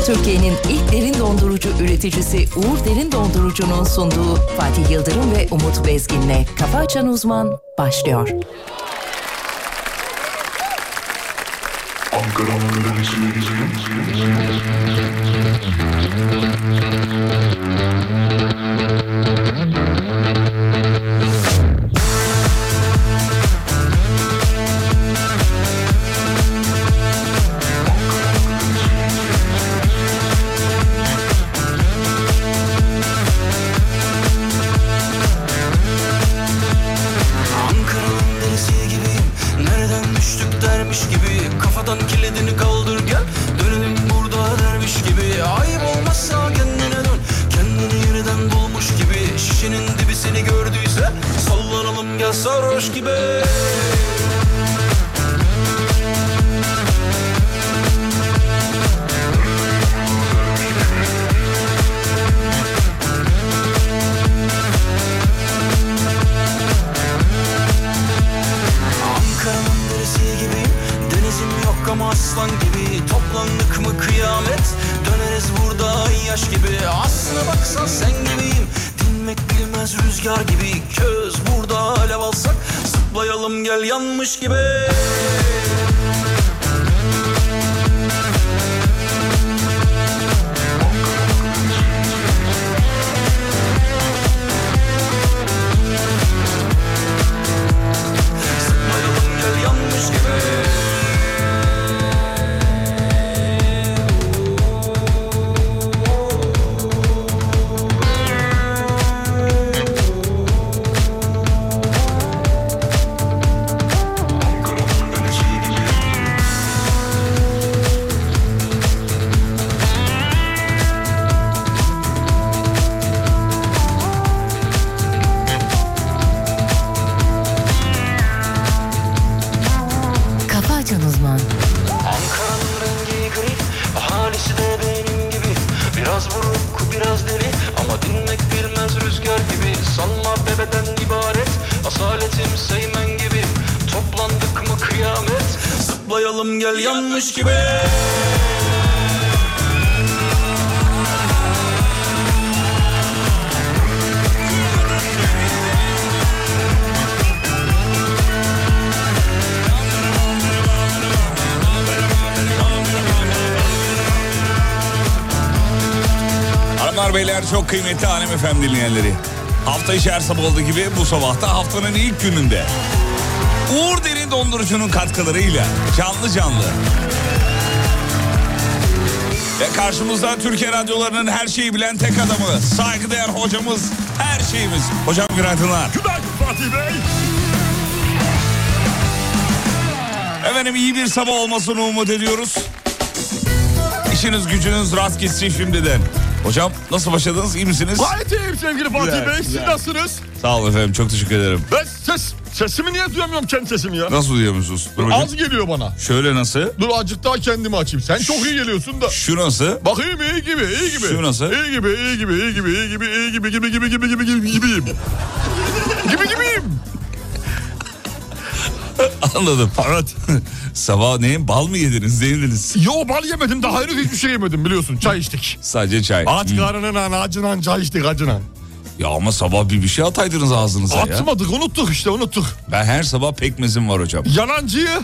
Türkiye'nin ilk derin dondurucu üreticisi Uğur Derin Dondurucu'nun sunduğu Fatih Yıldırım ve Umut Bezgin'le Kafa Açan Uzman başlıyor. Ankara'nın kilidini kaldır gel. Dönelim burada derviş gibi. Ayıp olmazsa kendine dön. Kendini yeniden bulmuş gibi. Şişenin dibi seni gördüyse sallanalım gel sarhoş gibi. Ama aslan gibi toplandık mı kıyamet. Döneriz burada ay yaş gibi. Aslına baksan sen gibiyim. Dinmek bilmez rüzgar gibi. Köz burada alev alsak zıplayalım gel yanmış gibi. Zıplayalım gel yanmış gibi. Gel yanmış gibi. Hanımlar beyler, çok kıymetli Alem FM dinleyenleri. Hafta içi her sabah olduğu gibi bu sabahta haftanın ilk gününde Uğur Derin Dondurucu'nun katkılarıyla canlı ve karşımızda Türkiye radyolarının her şeyi bilen tek adamı, saygıdeğer hocamız, her şeyimiz. Hocam günaydınlar. Günaydın Fatih Bey. Efendim, iyi bir sabah olmasını umut ediyoruz. İşiniz gücünüz rast gitsin şimdiden. Hocam nasıl başladınız, iyi misiniz? Gayet iyiyim sevgili Fatih Güzel, Bey. güzel. Siz nasılsınız? Sağ olun efendim, çok teşekkür ederim. Ben sesimi niye duyamıyorum, kendi sesimi ya? Nasıl duyuyor musunuz? Az geliyor bana. Şöyle nasıl? Dur azıcık daha kendimi açayım. Sen çok iyi geliyorsun da. Şu nasıl? Bakayım iyi gibi. Şu nasıl? İyi gibiyim. Anladım. Evet. Sabah neyin, bal mı yediniz, ne yediniz? Yo, bal yemedim, daha henüz hiçbir şey yemedim biliyorsun. Çay içtik. Sadece çay. Aç karnına acınan çay içtik acınan. Ya ama sabah bir şey ataydınız ağzınıza ya. Atmadık, unuttuk. Ben her sabah pekmezim var hocam. Yalancıyı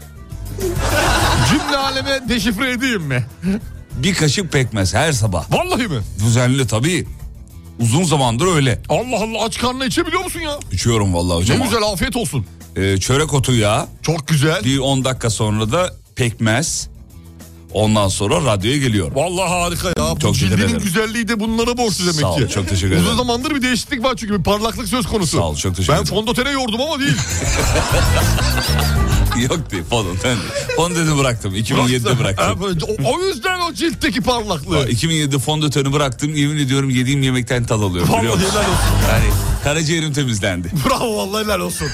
cümle aleme deşifre edeyim mi? Bir kaşık pekmez her sabah. Vallahi mi? Düzenli tabii. Uzun zamandır öyle. Allah Allah, aç karnına içebiliyor musun ya? İçiyorum vallahi hocam. Ne güzel, afiyet olsun. Çörek otu yağı. Çok güzel. Bir 10 dakika sonra da pekmez. Ondan sonra radyoya geliyor. Vallahi harika ya. Çok Bu cildinin güzelliği de bunlara borçlu demek ki. Sağ ol, çok teşekkür ederim. Uzun zamandır bir değişiklik var çünkü bir parlaklık söz konusu. Sağ ol, çok teşekkür ederim. Ben fondötene yordum ama değil. Yok değil, fondöteni bıraktım. 2007'de bıraktım. O yüzden o ciltteki parlaklığı. 2007'de fondöteni bıraktım. Yemin ediyorum yediğim yemekten tad alıyorum. Vallahi helal olsun. Yani karaciğerim temizlendi. Bravo, vallahi helal olsun.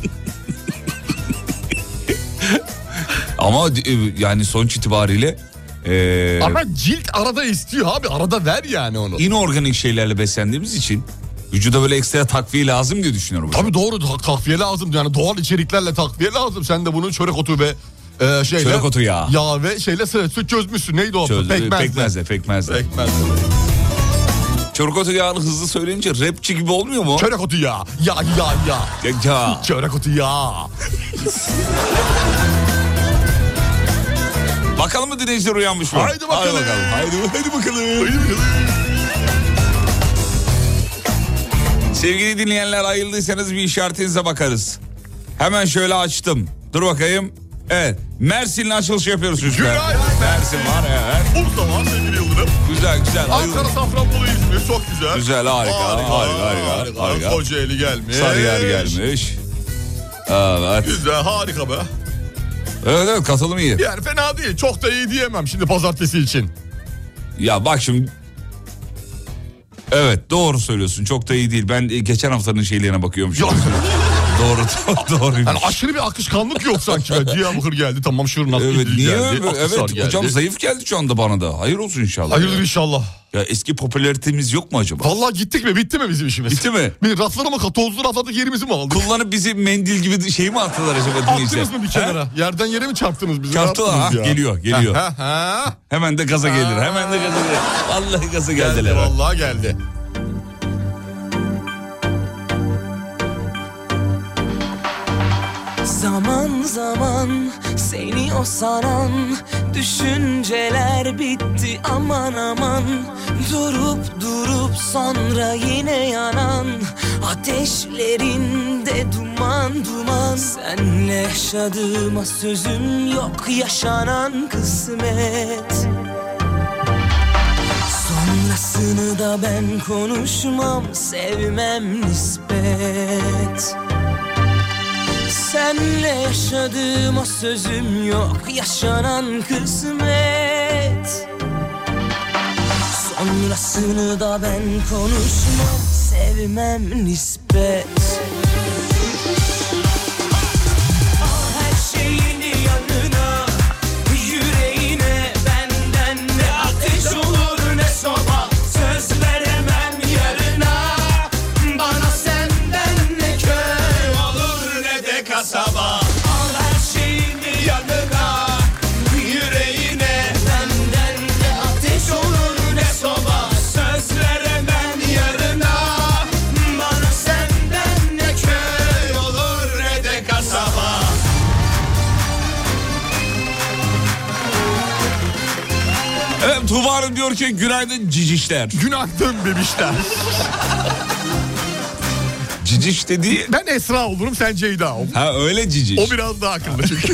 Ama yani sonuç itibariyle ama cilt arada istiyor abi, arada ver yani onu. İnorganik şeylerle beslendiğimiz için vücuda böyle ekstra takviye lazım diye düşünüyorum. Tabii doğru, takviye lazım yani, doğal içeriklerle takviye lazım. Sen de bunun çörek otu ve Çörek otu yağı. Yağ ve süt çözmüşsün. Neydi o? Pekmezle. Pekmezle. Çörek otu yağını hızlı söyleyince rapçi gibi olmuyor mu? Çörek otu yağı. Ya. Çörek otu yağı. Bakalım mı dinleyiciler uyanmış mı? Haydi bakalım. Haydi bakalım. Sevgili dinleyenler, ayıldıysanız bir işaretinize bakarız. Hemen şöyle açtım. Dur bakayım. Evet. Mersin'le açılış yapıyoruz çocuklar. Günaydın. Mersin var evet. Bursa var sevgili Yıldırım. Güzel. Ankara, Safranbolu, İzmir çok güzel. Güzel, harika. Kocaeli gelmiş. Sarıyer gelmiş. Evet. Güzel, harika be. Evet, katılım iyi. Yani fena değil. Çok da iyi diyemem şimdi pazartesi için. Ya bak şimdi. Evet, doğru söylüyorsun. Çok da iyi değil. Ben geçen haftanın şeylerine bakıyorum şu an. Doğru. Yani aşırı bir akışkanlık yok sanki. Diyarbakır geldi, tamam, Şırnak evet, geldi. niye Akhisar öyle? Evet geldi. hocam, zayıf geldi şu anda bana da. Hayır olsun inşallah. Hayırdır inşallah. Ya eski popülaritemiz yok mu acaba? Vallahi gittik mi, bitti mi bizim işimiz? Bitti mi? Bir raflara mı, tozlu raflardaki yerimizi mi aldık? Kullanıp bizi mendil gibi şey mi attılar acaba dinleyiciler? Attınız mı bir kenara? Yerden yere mi çarptınız bizi? Çarptılar ha, geliyor. Ha. Hemen de gaza gelir. Vallahi gaza geldiler. Vallahi geldi. Zaman zaman seni o saran düşünceler bitti aman aman. Durup sonra yine yanan ateşlerinde duman duman. Senle yaşadığıma sözüm yok, yaşanan kısmet. Sonrasını da ben konuşmam, sevmem nispet. Senle yaşadığıma sözüm yok, yaşanan kısmet. Sonrasını da ben konuşmam, sevmem nispet. Al her şeyini yanına, yüreğine, benden ne ateş olur ne soba. Söz veremem yarına, bana senden ne köy olur ne de kasaba. Al her şeyini yanına, yüreğine, benden ne ateş olur ne soba. Söz veremem yarına, bana senden ne köy olur ne de kasaba. Evet, Tuğba Hanım diyor ki günaydın cicişler. Günaydın bebişler. Ciciş dediği... Ben Esra olurum, sen Ceyda ol. Ha öyle ciciş. O biraz daha akıllı çünkü.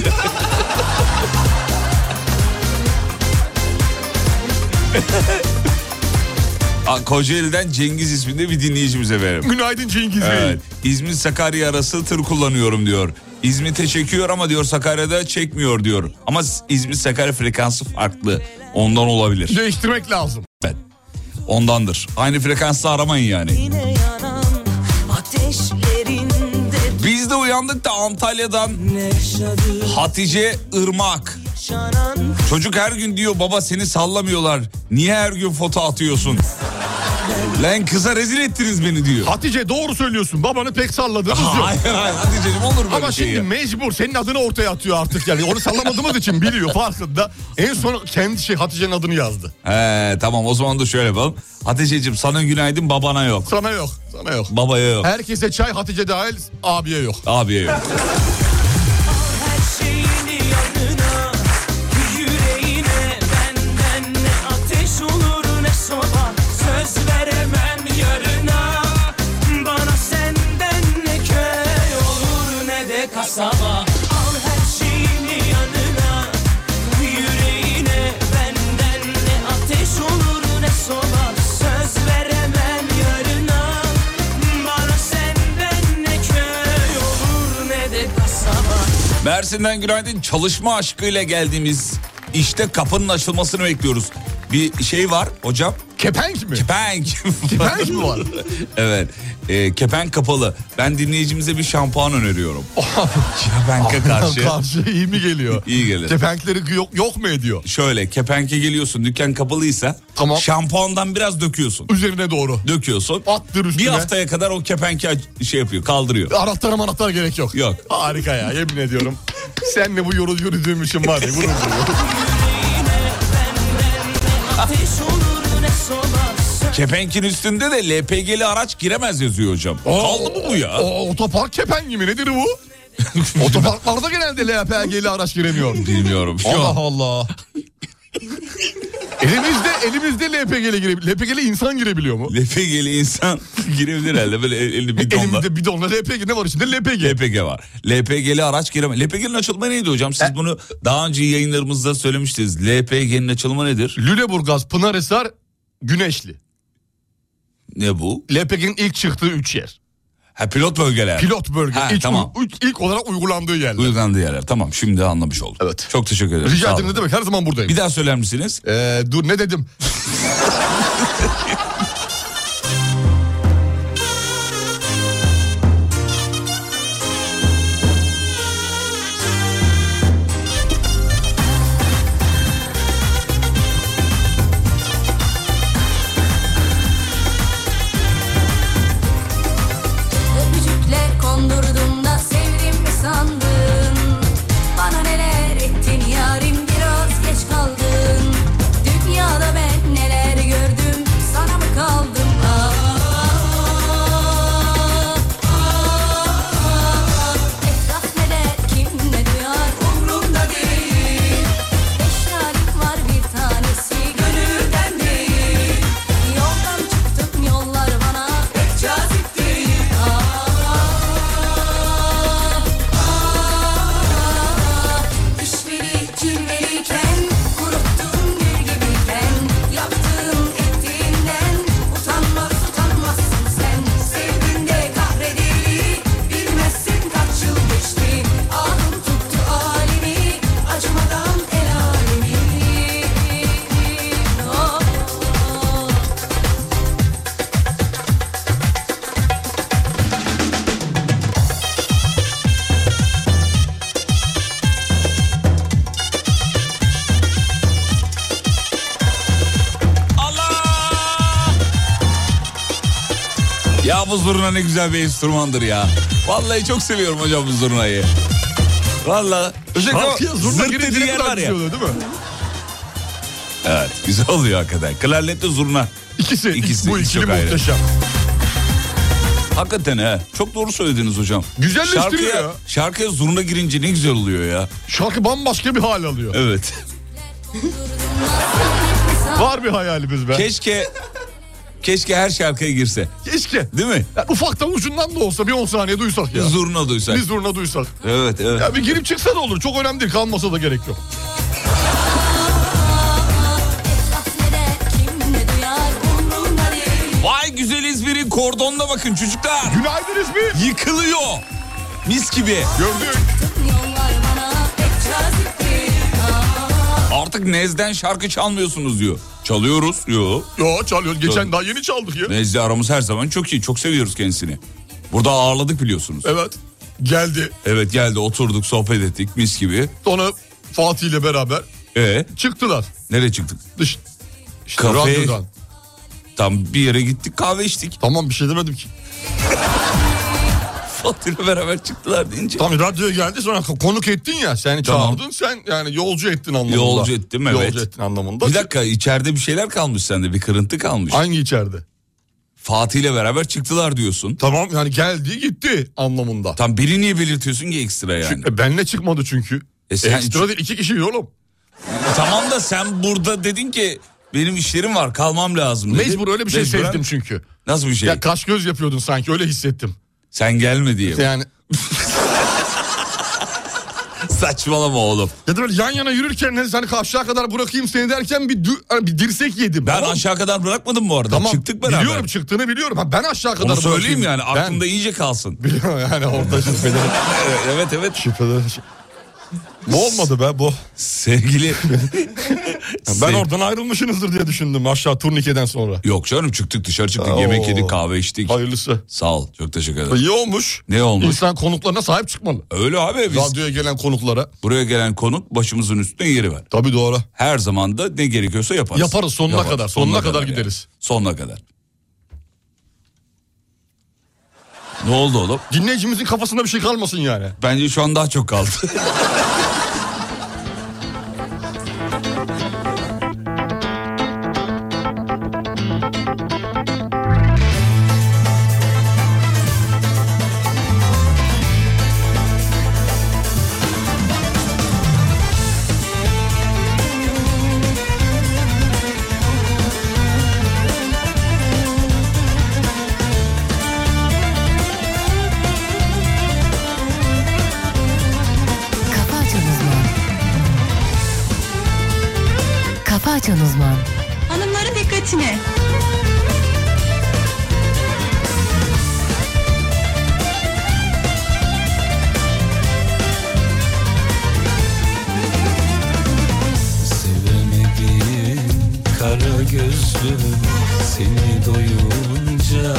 Kocaeli'den Cengiz isminde bir dinleyicimize verelim. Günaydın Cengiz Bey. Evet. İzmir-Sakarya arası tır kullanıyorum diyor. İzmit'e çekiyor ama diyor Sakarya'da çekmiyor diyor. Ama İzmir-Sakarya frekansı farklı. Ondan olabilir. Değiştirmek lazım. Evet. Ondandır. Aynı frekansta aramayın yani. Yine yanan ateşlerinde Biz de uyandık da Antalya'dan ne yaşadım, Hatice Irmak. yaşanan Çocuk her gün diyor baba seni sallamıyorlar. Niye her gün foto atıyorsun? Lan kıza rezil ettiniz beni diyor. Hatice doğru söylüyorsun. Babanı pek salladığımız yok. Hayır Hatice'cim olur böyle Ama şey şimdi ya. mecbur senin adını ortaya atıyor artık yani. Onu sallamadığımız için biliyor, farkında. En son kendi Hatice'nin adını yazdı. Tamam o zaman da şöyle yapalım. Hatice'cim sana günaydın, babana yok. Sana yok. Babaya yok. Herkese çay, Hatice dahil, abiye yok. Abiye yok. her şeyini yanına, yüreğine, benden ne ateş olur ne soba. Söz veremem yarına, bana senden ne köy olur ne de kasaba. Al her şeyini yanına, yüreğine, benden ne ateş olur ne soba. Söz veremem yarına, bana senden ne köy olur ne de kasaba. Mersin'den günaydın. Çalışma aşkıyla geldiğimiz işte kapının açılmasını bekliyoruz. Bir şey var hocam. Kepenk mi? Kepenk. Kepenk mi var? Evet. Kepenk kapalı. Ben dinleyicimize bir şampuan öneriyorum. Kepenk'e karşı. Karşı iyi mi geliyor? İyi gelir. Kepenkleri yok mu ediyor? Şöyle kepenke geliyorsun, dükkan kapalıysa Tamam. şampuandan biraz döküyorsun. Üzerine doğru. Döküyorsun. Attır üstüne. Bir haftaya kadar o kepenki şey yapıyor, kaldırıyor. Anahtar gerek yok. Yok. Harika ya, yemin ediyorum. Senle bu yürüdüğüm için var ya. Bunu Ateş olur ne soba. Kepenkin üstünde de LPG'li araç giremez yazıyor hocam. Kaldı mı bu ya? Otopark kepengi mi nedir bu? Otoparklarda genelde LPG'li araç giremiyor. Bilmiyorum. Şu Allah an Allah. elimizde LPG'li girebiliyor. LPG'li insan girebiliyor mu? LPG'li insan girebilir herhalde böyle elini bidonla. Elimizde bidonla LPG ne var içinde? LPG. LPG var. LPG'li araç giremez. LPG'nin açılımı neydi hocam? Siz bunu daha önce yayınlarımızda söylemiştiniz. LPG'nin açılımı nedir? Lüleburgaz, Pınarhisar, Güneşli. Ne bu? LPG'nin ilk çıktığı 3 yer. Ha, pilot bölgeler. Pilot bölge. Ha, İlk, tamam. ilk olarak uygulandığı yerler. Uygulandığı yerler. Tamam, şimdi anlamış oldum. Evet. Çok teşekkür ederim. Rica Sağ ederim, olun. ne demek, her zaman buradayım. Bir daha söyler misiniz? Dur, ne dedim? Öpücükler kondurdum da sevdim mi sandın? Bana neler ettin yarim, biraz geç kaldın. Dünyada ben neler gördüm, sana mı kaldım? Etraf ne der, kim ne duyar, umrumda değil. 5 yarim var, bir tanesi gönülden değil. Yoldan çıktım, yollar bana pek cazip değil. İşveli cilveliyken, kuruttun gül gibiyken, yaptığın ettiğinden utanmazsın sen. Sevdiğinde kahredildi, bilmezsin kaç yıl geçti. Ahım tuttu halimi, acımadan el alemi. Allah! Ya bu zurna ne güzel bir enstrümandır ya. Vallahi çok seviyorum hocam bu zurnayı. Vallahi. Özellikle Şarkıya o zurna zırt girince dediği ne yer kadar var güzel ya. oluyor değil mi? Evet, güzel oluyor hakikaten. Klarnetle zurna. İkisi bu ikili çok ayrı. muhteşem. Hakikaten he. Çok doğru söylediniz hocam. Güzelleştiriyor ya. Şarkıya zurna girince ne güzel oluyor ya. Şarkı bambaşka bir hal alıyor. Evet. Var bir hayalimiz be. Keşke her şarkıya girse. Keşke. Değil mi? Yani ufaktan ucundan da olsa bir 10 saniye duysak ya. Zurna duysak. Bir zurna duysak. Evet. Ya bir girip çıksa da olur. Çok önemli değil. Kalmasa da gerek yok. Etraf ne der, kim ne duyar, umrumda değil. Vay güzel İzmir'in kordonuna bakın çocuklar. Günaydın İzmir. Yıkılıyor. Mis gibi. Gördük. Yollar bana pek cazip değil. Artık Nez'den şarkı çalmıyorsunuz diyor. Çalıyoruz. Yok. Yo, çalıyoruz. Geçen daha yeni çaldık ya. Nez'le aramız her zaman çok iyi. Çok seviyoruz kendisini. Burada ağırladık biliyorsunuz. Evet. Geldi. Evet geldi, oturduk, sohbet ettik mis gibi. Sonra Fatih ile beraber çıktılar. Nereye çıktık? İşte Kafe. radyodan. Tam bir yere gittik, kahve içtik. Tamam, bir şey demedim ki. Fatih'le beraber çıktılar deyince. Tam radyoya geldi, sonra konuk ettin ya. Seni Tamam. çağırdın, sen yani yolcu ettin anlamında. Yolcu ettim, evet. Yolcu ettin anlamında. Bir dakika, içeride bir şeyler kalmış sende, bir kırıntı kalmış. Hangi içeride? Fatih'le beraber çıktılar diyorsun. Tamam, yani geldi gitti anlamında. Tam biri niye belirtiyorsun ki ekstra yani? Benle çıkmadı çünkü. Sen- Ekstra değil, 2 kişi oğlum. Tamam da sen burada dedin ki benim işlerim var, kalmam lazım dedin. Mecbur öyle bir şey Mecburen- sezdim çünkü. Nasıl bir şey? Ya kaş göz yapıyordun sanki, öyle hissettim. Sen gelme diye. Yani Saçmalama oğlum. ya da böyle yan yana yürürken hani aşağı kadar bırakayım seni derken bir dirsek yedim. Ben Tamam. aşağı kadar bırakmadım bu arada. Tamam, Çıktık beraber. biliyorum, çıktığını biliyorum. Ha, ben aşağı kadar Onu söyleyeyim bırakayım. yani, aklımda iyice kalsın. Biliyorum yani, orada şüphelerim. Evet. Şüphelerim. Bu olmadı be bu. Sevgili... Ben oradan ayrılmışsınızdır diye düşündüm aşağı turnikeden sonra. Yok canım, çıktık dışarı çıktık, Oo. yemek yedik, kahve içtik. Hayırlısı. Sağ ol, çok teşekkür ederim. İyi olmuş. Ne olmuş? İnsan konuklarına sahip çıkmalı. Öyle abi, biz Radyoya gelen konuklara. buraya gelen konuk başımızın üstünde yeri var. Tabii doğru. Her zaman da ne gerekiyorsa yaparız. Yaparız sonuna kadar. Sonuna kadar gideriz. Sonuna kadar. Ne oldu oğlum? Dinleyicimizin kafasında bir şey kalmasın yani. Bence şu an daha çok kaldı. Açan Uzman. Hanımların dikkatine. Sevemedim kara gözlüm seni doyunca,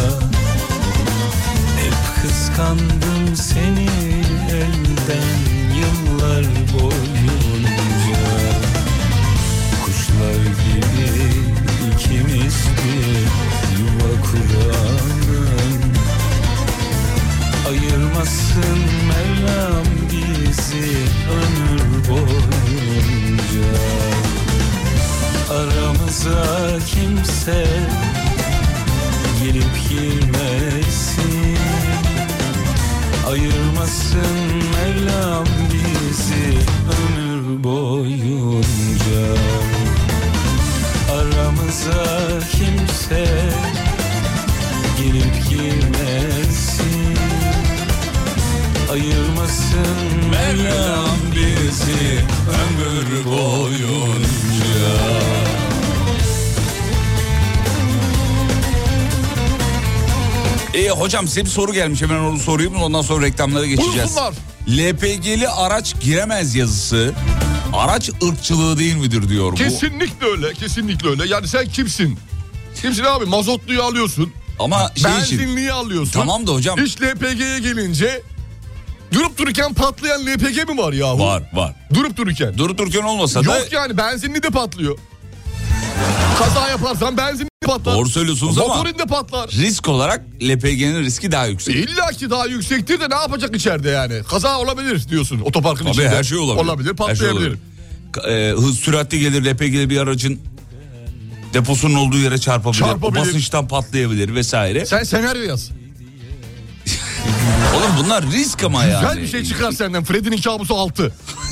hep kıskandım seni elden yıllar boyunca. Kuşlar gibi ikimiz bir yuva kuralım, ayırmasın Mevlam bizi ömür boyunca. Aramıza kimse gelip girmesin, ayırmasın Mevlam bizi ömür boyunca. Aramıza kimse gelip girmesin, ayırmasın Mevlam bizi ömür boyunca. Hocam size bir soru gelmiş, hemen onu sorayım, ondan sonra reklamlara geçeceğiz. Buyursunlar. LPG'li araç giremez yazısı araç ırkçılığı değil midir diyor bu. Kesinlikle öyle, kesinlikle öyle. Yani sen kimsin? Kimsin abi? Mazotluyu alıyorsun. Ama benzinliyi alıyorsun. Tamam da hocam. Hiç LPG'ye gelince durup dururken patlayan LPG mi var yahu? Var. Durup dururken. Durup dururken olmasa da. Yok yani, benzinli de patlıyor. Kaza yaparsan benzinli de patlar. Doğru söylüyorsunuz ama. Motorin de patlar. Risk olarak LPG'nin riski daha yüksek. İlla ki daha yüksektir de ne yapacak içeride yani? Kaza olabilir diyorsun otoparkın Tabii içinde. her şey olabilir. Olabilir, patlayabilir. Hız süratli gelir LPG'li bir aracın deposunun olduğu yere çarpabilir. O basınçtan patlayabilir vesaire. Sen senaryo yaz. Oğlum bunlar risk ama yani. Güzel bir şey çıkar senden. Freddy'nin kabusu 6.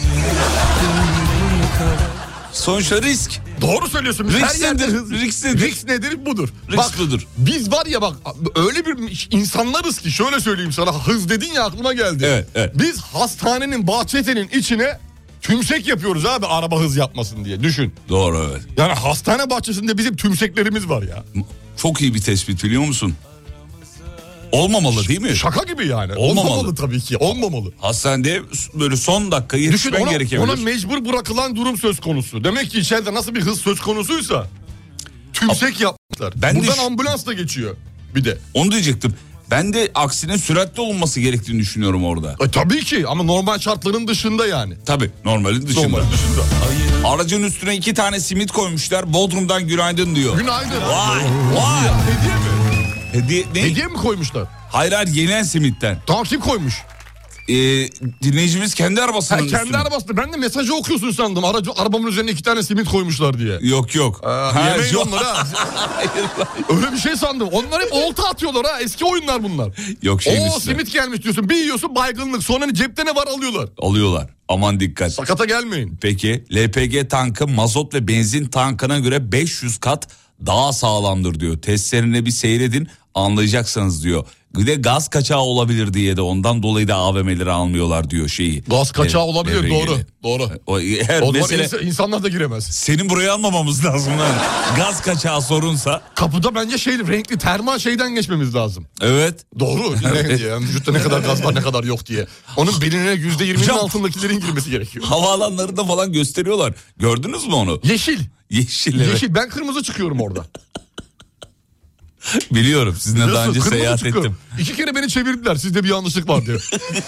Sonuçta risk. Doğru söylüyorsun. Risk nedir? Risk nedir? Budur. Risk budur. Biz var ya bak, öyle bir insanlarız ki şöyle söyleyeyim sana, hız dedin ya aklıma geldi. Evet. Biz hastanenin bahçetenin içine tümsek yapıyoruz abi, araba hız yapmasın diye, düşün. Doğru, evet. Yani hastane bahçesinde bizim tümseklerimiz var ya. Çok iyi bir tespit, biliyor musun? Olmamalı değil mi? Şaka gibi yani. Olmamalı Tabii ki. Olmamalı. Hastanede böyle son dakika yetişmen gerekebilir. Ona mecbur bırakılan durum söz konusu. Demek ki içeride nasıl bir hız söz konusuysa tümsek yapmışlar. Buradan ambulans da geçiyor bir de. Onu diyecektim. Ben de aksine süratli olunması gerektiğini düşünüyorum orada. Tabii ki ama normal şartların dışında yani. Tabii normalin dışında. Normal dışında. Aracın üstüne 2 tane simit koymuşlar. Bodrum'dan günaydın diyor. Günaydın. Vay. Hediye mi? Hediye mi koymuşlar? Hayır, yenen simitten. Tamam, kim koymuş? Dinleyicimiz kendi arabasının üstüne. Kendi arabasında. Ben de mesajı okuyorsun sandım. Arabamın üzerine 2 tane simit koymuşlar diye. Yok. Yemeyin onları ha. Öyle bir şey sandım. Onlar hep olta atıyorlar ha. Eski oyunlar bunlar. Yok simit gelmiş diyorsun. Bir yiyorsun, baygınlık. Sonra cepte ne var alıyorlar. Alıyorlar. Aman dikkat. Sakata gelmeyin. Peki LPG tankı mazot ve benzin tankına göre 500 kat daha sağlamdır diyor. Testlerine bir seyredin, anlayacaksınız diyor. Bir de gaz kaçağı olabilir diye de ondan dolayı da AVM'leri almıyorlar diyor şeyi. Gaz kaçağı olabilir, doğru. O zaman insanlar da giremez. Senin buraya almamamız lazım lan. Gaz kaçağı sorunsa. Kapıda bence renkli termal şeyden geçmemiz lazım. Evet. Doğru. Yani vücutta ne kadar gaz var ne kadar yok diye. Onun beline %20'nin altındakilerin girmesi gerekiyor. Havaalanlarında falan gösteriyorlar. Gördünüz mü onu? Yeşil. Evet. Yeşil. Ben kırmızı çıkıyorum orada. Biliyorum, sizinle daha önce seyahat ettim. 2 kere beni çevirdiler, sizde bir yanlışlık var diye.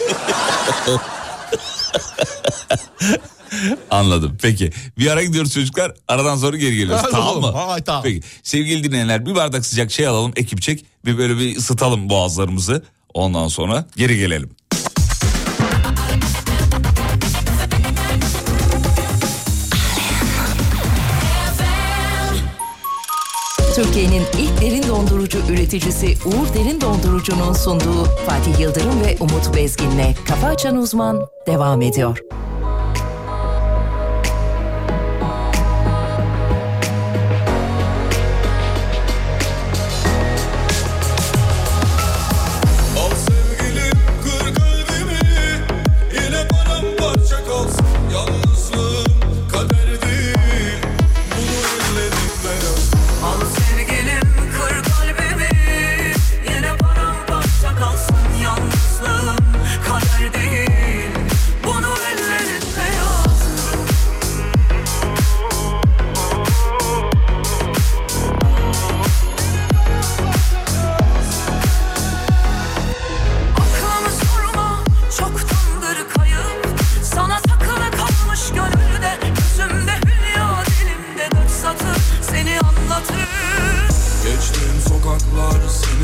Anladım. Peki. Bir ara gidiyoruz çocuklar. Aradan sonra geri geliyoruz. Hadi tamam mı? Tamam. Peki. Sevgili dinleyenler, bir bardak sıcak şey alalım, ekipçek. Bir böyle bir ısıtalım boğazlarımızı. Ondan sonra geri gelelim. Türkiye'nin ilk derin dondurucu üreticisi Uğur Derin Dondurucu'nun sunduğu Fatih Yıldırım ve Umut Bezgin'le Kafa Açan Uzman devam ediyor. Yalnızlığım kader değil. Bunu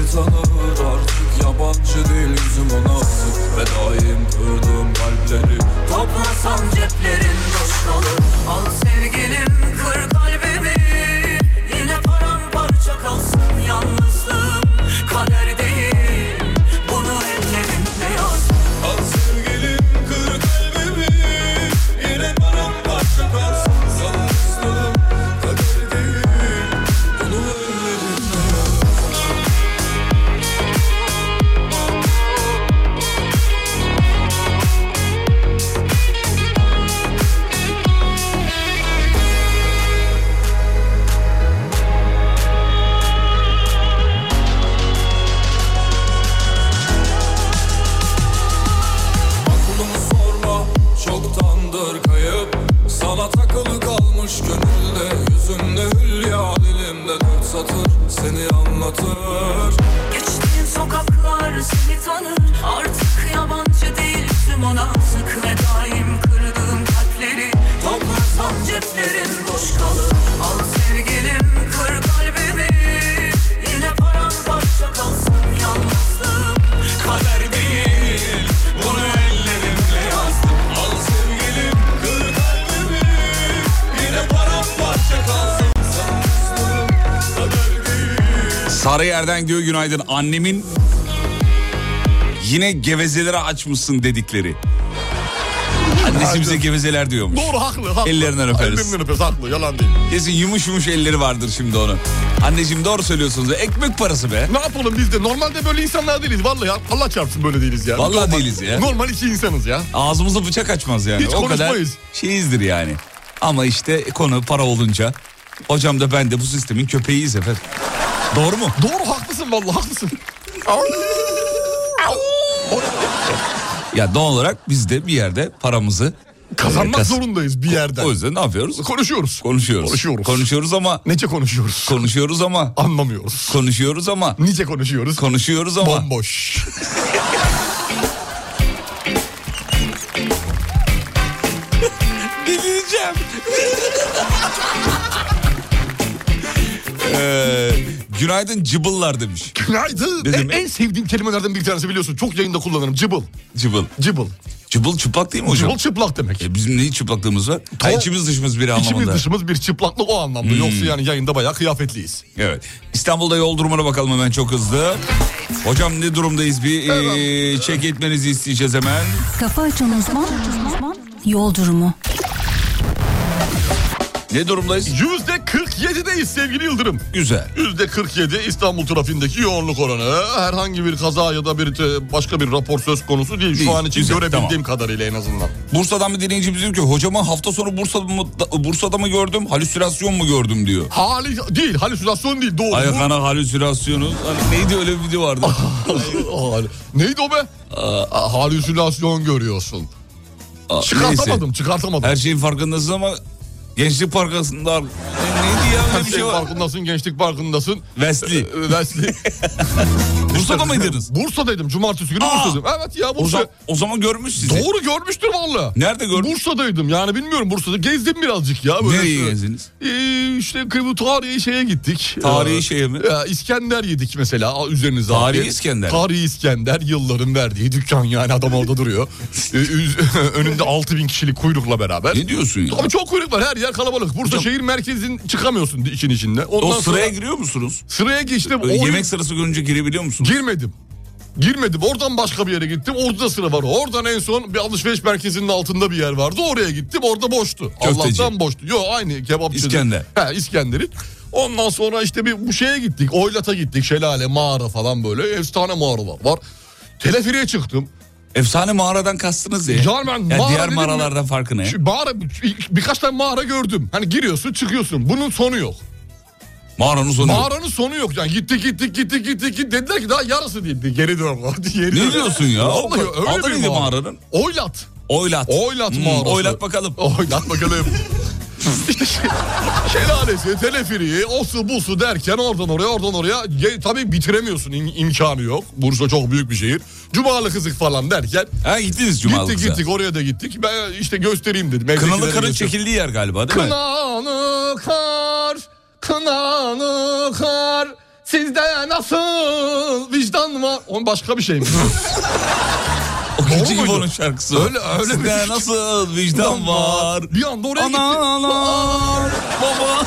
seni tanır. Artık yabancı değil yüzüm ona asık ve daim kırdığım kalpleri. Toplasam ceplerin boş kalır. Al sevgilim kır kalbimi, yine paramparça kalsın yalnızlığım. Kader değil, bunu ellerimle yaz. Al sevgilim kır kalbimi, yine paramparça kalsın yalnızlığım. Kader değil, bunu ellerimle yaz. Çoktandır kayıp, sana takılı kalmış gönülde. Yüzünde hülya, dilimde 4 satır seni anlatır. Geçtiğin sokaklar seni tanır. Artık yabancı değilsin ona sık ve daim kırdığım kalpleri. Toplasam ceplerin boş kalır. Al sevgilim kır kalbimi, yine paramparça kalsın yalnızlığım. Kader değil, bunu ellerimle yazdım. Al sevgilim kır kalbimi, yine paramparça kalsın yalnızlığım. Kader değil. Sarıyer'den Göğe günaydın. Annemin yine gevezelere açmışsın dedikleri. Annesi bize gevezeler diyormuş. Doğru, haklı. Ellerinden öperiz. Ellerinden öperiz, haklı, yalan değil. Kesin yumuş yumuş elleri vardır şimdi onun. Anneciğim doğru söylüyorsunuz. Ekmek parası be. Ne yapalım biz de normalde böyle insanlar değiliz vallahi ya. Allah çarpsın böyle değiliz ya. Vallahi Normal, değiliz ya. Normal iki insanız ya. Ağzımıza bıçak açmaz yani. Hiç o kadar konuşmayız. şeyizdir yani. Ama işte konu para olunca hocam da ben de bu sistemin köpeğiyiz efendim. Doğru mu? Doğru, haklısın vallahi, haklısın. Ya doğal olarak biz de bir yerde paramızı Kazanmak zorundayız bir yerden. O yüzden ne yapıyoruz? Konuşuyoruz. Konuşuyoruz ama Nece konuşuyoruz? konuşuyoruz ama Anlamıyoruz. konuşuyoruz ama Nice konuşuyoruz? konuşuyoruz ama Bomboş. delireceğim. Günaydın cıbıllar demiş. Günaydın. Ne demek? En sevdiğim kelimelerden bir tanesi biliyorsun. Çok yayında kullanırım. Cıbıl. Cıbıl. Cıbıl. Cıbıl çıplak değil mi hocam? Cıbıl çıplak demek. Bizim neyi çıplaklığımız var? Ha, içimiz dışımız biri anlamında. İçimiz dışımız bir çıplaklık o anlamda. Yoksa yani yayında bayağı kıyafetliyiz. Evet. İstanbul'da yol durumuna bakalım hemen çok hızlı. Hocam ne durumdayız? Bir çek etmenizi isteyeceğiz hemen. Kafa Açan Uzman yol durumu. Ne durumdayız? %47'deyiz sevgili Yıldırım. Güzel. %47 İstanbul trafiğindeki yoğunluk oranı. Herhangi bir kaza ya da başka bir rapor söz konusu değil. Şu an için güzel, görebildiğim kadarıyla en azından. Bursa'dan bir dinleyicimiz diyor ki hocama hafta sonu Bursa'da mı gördüm, halüsinasyon mu gördüm diyor. Değil, halüsinasyon değil, doğru. Ayakana halüsinasyonu. Hani neydi öyle bir video vardı. Neydi o be? Halüsinasyon görüyorsun. Çıkartamadım. Her şeyin farkındasın ama Gençlik Parkı'nda neydi ya öyle bir şey var. Farkındasın, gençlik parkındasın. Wesley. Bursa'da mıydınız? Bursa'daydım, cumartesi günü Bursa'daydım. Evet ya Bursa. O zaman görmüş sizi. Doğru, görmüştür valla. Nerede gördün? Bursa'daydım yani, bilmiyorum, Bursa'da gezdim birazcık ya. Böyle nereye gezdiniz? İşte tarihi şeye gittik. Tarihi şeye mi? İskender yedik mesela üzerinize. Tarihi İskender. Tarihi İskender, yılların verdiği dükkan yani, adam orada duruyor. Önünde 6000 kişilik kuyrukla beraber. Ne diyorsun ya? Tabii çok kuyruk var, her yer kalabalık. Bursa şehir merkezin çıkamıyorsun işin içinde. O sıraya giriyor musunuz? Sıraya geçtim. Yemek sırası görünce girebiliyor musunuz? Girmedim. Oradan başka bir yere gittim. Orada da sıra var. Oradan en son bir alışveriş merkezinin altında bir yer vardı. Oraya gittim. Orada boştu. Köfteci. Allah'tan boştu. Yok, aynı kebapçı. İskender. İskender'in. Ondan sonra işte bu şeye gittik. Oylat'a gittik. Şelale, mağara falan böyle. Efsane mağaralar var. Teleferiğe çıktım. Efsane mağaradan kastınız ya. Diğer mağaralardan farkı ne? Birkaç tane mağara gördüm. Hani giriyorsun, çıkıyorsun. Bunun sonu yok. Mağaranın sonu yok yani. Gittik. Dediler ki daha yarısı değildi. Geri dön. Ne diyorsun ya? Vallahi öyle adı bir neydi mağara. mağaranın? Oylat mağarası. Oylat bakalım. İşte şelalesi, teleferiği, osu busu derken oradan oraya tabii bitiremiyorsun, imkanı yok. Bursa çok büyük bir şehir. Cumalı Kızık falan derken. Gittiniz Cumalı Kızık'a. Gittik, oraya da gittik. Ben işte göstereyim dedim. Kınalı Kar'ın çekildiği yer galiba değil mi? Kınalı kar Sizde nasıl vicdan var? Onun başka bir şey mi? O küçük gibi onun şarkısı. Öyle Sizde nasıl vicdan var? Bir anda oraya gitti. Analar baba.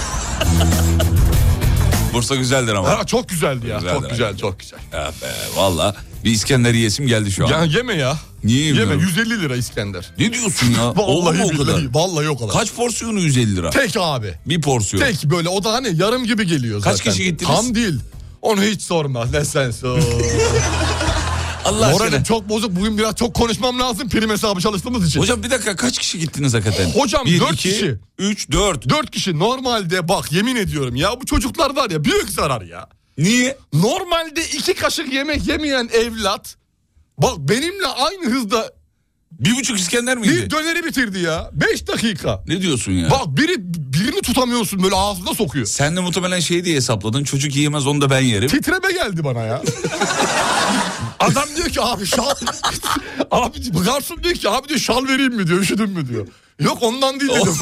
Bursa güzeldir ama. Ha, çok güzeldi ya. Güzeldir, çok güzel, çok güzel. Ya be valla bir İskender yiyesim geldi şu an. Ya yeme ya. Niye Yeme, yemiyorum? 150 lira İskender. Ne diyorsun ya? Vallahi o kadar. Vallahi o kadar. Kaç porsiyonu 150 lira? Tek abi. Bir porsiyon. Tek böyle, o da hani yarım gibi geliyor zaten. Kaç kişi gittiniz? Tam değil. Onu hiç sorma. Ne sen sor. Allah aşkına. Moralim çok bozuk. Bugün biraz çok konuşmam lazım. Prim hesabı çalıştığımız için. Hocam bir dakika, kaç kişi gittiniz hakikaten? Hocam 1, 4 2, kişi. 3, 4. 4 kişi normalde, bak yemin ediyorum ya, bu çocuklar var ya, büyük zarar ya. Niye? Normalde 2 kaşık yemek yemeyen evlat, bak benimle aynı hızda 1,5 İskender miydi? bir döneri bitirdi ya. 5 dakika. Ne diyorsun ya? Bak birini tutamıyorsun, böyle ağzına sokuyor. Sen de muhtemelen şey diye hesapladın. Çocuk yiyemez, onu da ben yerim. Titreme geldi bana ya. Adam diyor ki abi şal. Abi garson diyor ki abi diyor şal vereyim mi diyor, üşüdün mü diyor. Yok ondan değil dedim.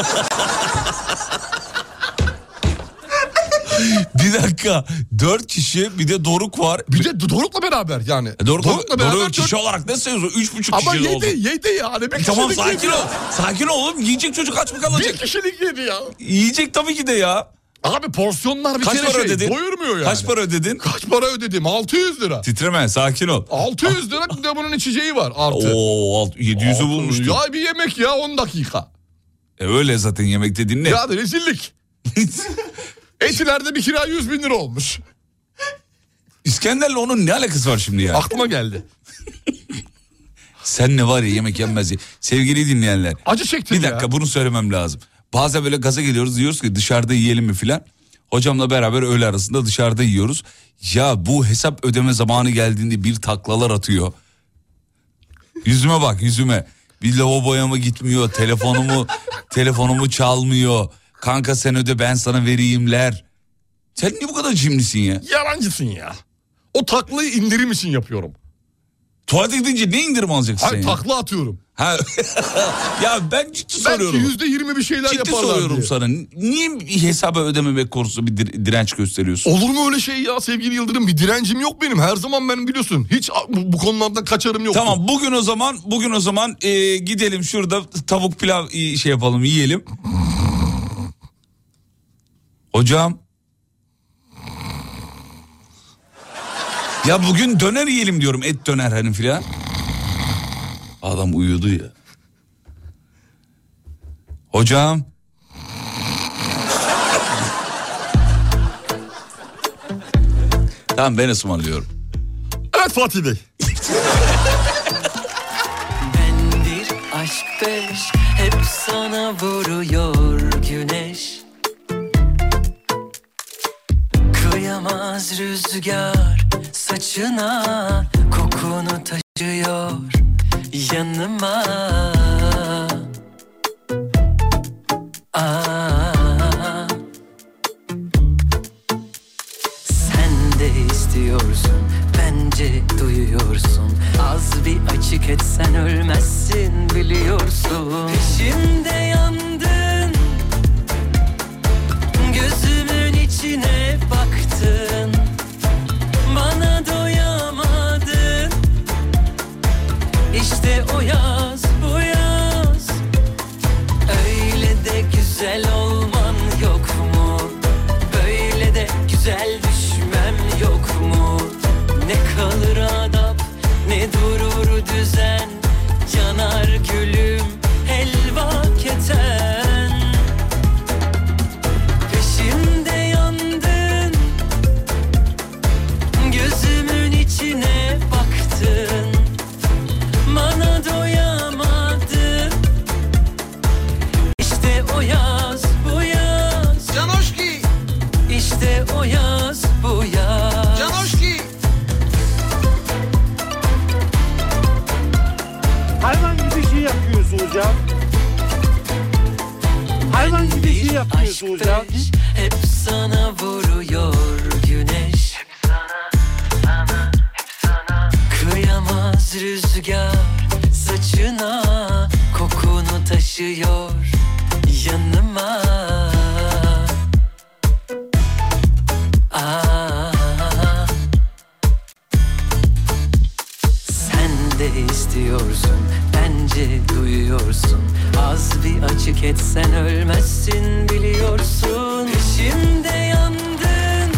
Bir dakika, 4 kişi, bir de Doruk var. Bir de Doruk'la beraber yani. Doruk kişi olarak ne sayıyorsun? 3,5 ama kişi oldu. yedi yani. Bir Tamam kişilik sakin yedi ol. ya. Sakin ol oğlum. Yiyecek çocuk aç mı kalacak? Bir kişilik yedi ya. Yiyecek tabii ki de ya. Abi porsiyonlar bir Kaç kere para şey ödedin? doyurmuyor yani. Kaç para ödedin? Kaç para ödedim? 600 lira. Titreme, sakin ol. 600 lira, bir de bunun içeceği var artı. Oo, 700'ü bulmuştu. Ya bir yemek ya, 10 dakika. Öyle zaten yemek dediğin ne? Ya da rezillik. Etilerde bir kira 100 bin lira olmuş. İskender'le onun ne alakası var şimdi ya? Aklıma geldi. Sen ne var ya, yemek yenmez ya. Sevgili dinleyenler. Acı çektim Bir dakika, bunu söylemem lazım. Bazen böyle gaza geliyoruz, diyoruz ki dışarıda yiyelim mi filan. Hocamla beraber öğle arasında dışarıda yiyoruz. Ya bu hesap ödeme zamanı geldiğinde bir taklalar atıyor. Yüzüme bak, yüzüme. Bir lavaboya mı gitmiyor, telefonumu çalmıyor. Kanka sen öde, ben sana vereyimler. Sen niye bu kadar cimrisin ya? Yalancısın ya. O taklayı indirim için yapıyorum. Tuvalete gidince ne indirim alacaksın sen Hayır, ya? takla atıyorum. Ha. Ya ben ciddi soruyorum. Belki %20 bir şeyler Ciddi yaparlar soruyorum diye. sana. Niye hesaba ödememek konusunda bir direnç gösteriyorsun? Olur mu öyle şey ya sevgili Yıldırım? Bir direncim yok benim. Her zaman benim, biliyorsun. Hiç bu konulardan kaçarım yok. Tamam, bugün o zaman gidelim şurada tavuk pilav şey yapalım, yiyelim. Hocam. Ya bugün döner yiyelim diyorum, et döner hani filan. Adam uyudu ya. Hocam. Tamam, ben ısmarlıyorum. Evet Fatih Bey. Ben bir aşk peş, hep sana vuruyor güneş. Kıyamaz rüzgar saçına, kokunu taşıyor yanıma. Sen de istiyorsun, bence duyuyorsun. Az bir açık etsen ölmezsin biliyorsun. Peşimde yandın, gözümün içine baktın. Bana doyamadın. İşte o yaz, bu yaz. Öyle de güzel olman yok mu? Böyle de güzel düşmem yok mu? Ne kalır adap, ne durur düzen. Yanar gülüm, helva keten. Peşimde yandın, gözümün içine baktın. Bana doyamadın. İşte o yaz, bu yaz. Canoşki. İşte o yaz, bu yaz. Canoşki. Hayvan gibi şey yapıyorsun hocam. Hayvan gibi şey yapıyorsun hocam. Hep sana vuruyor güneş. Hep sana, hep sana. Kıyamaz rüzgar saçına, kokunu taşıyor yanıma. istiyorsun, bence duyuyorsun. Az bir açık etsen ölmezsin biliyorsun. Peşimde yandın,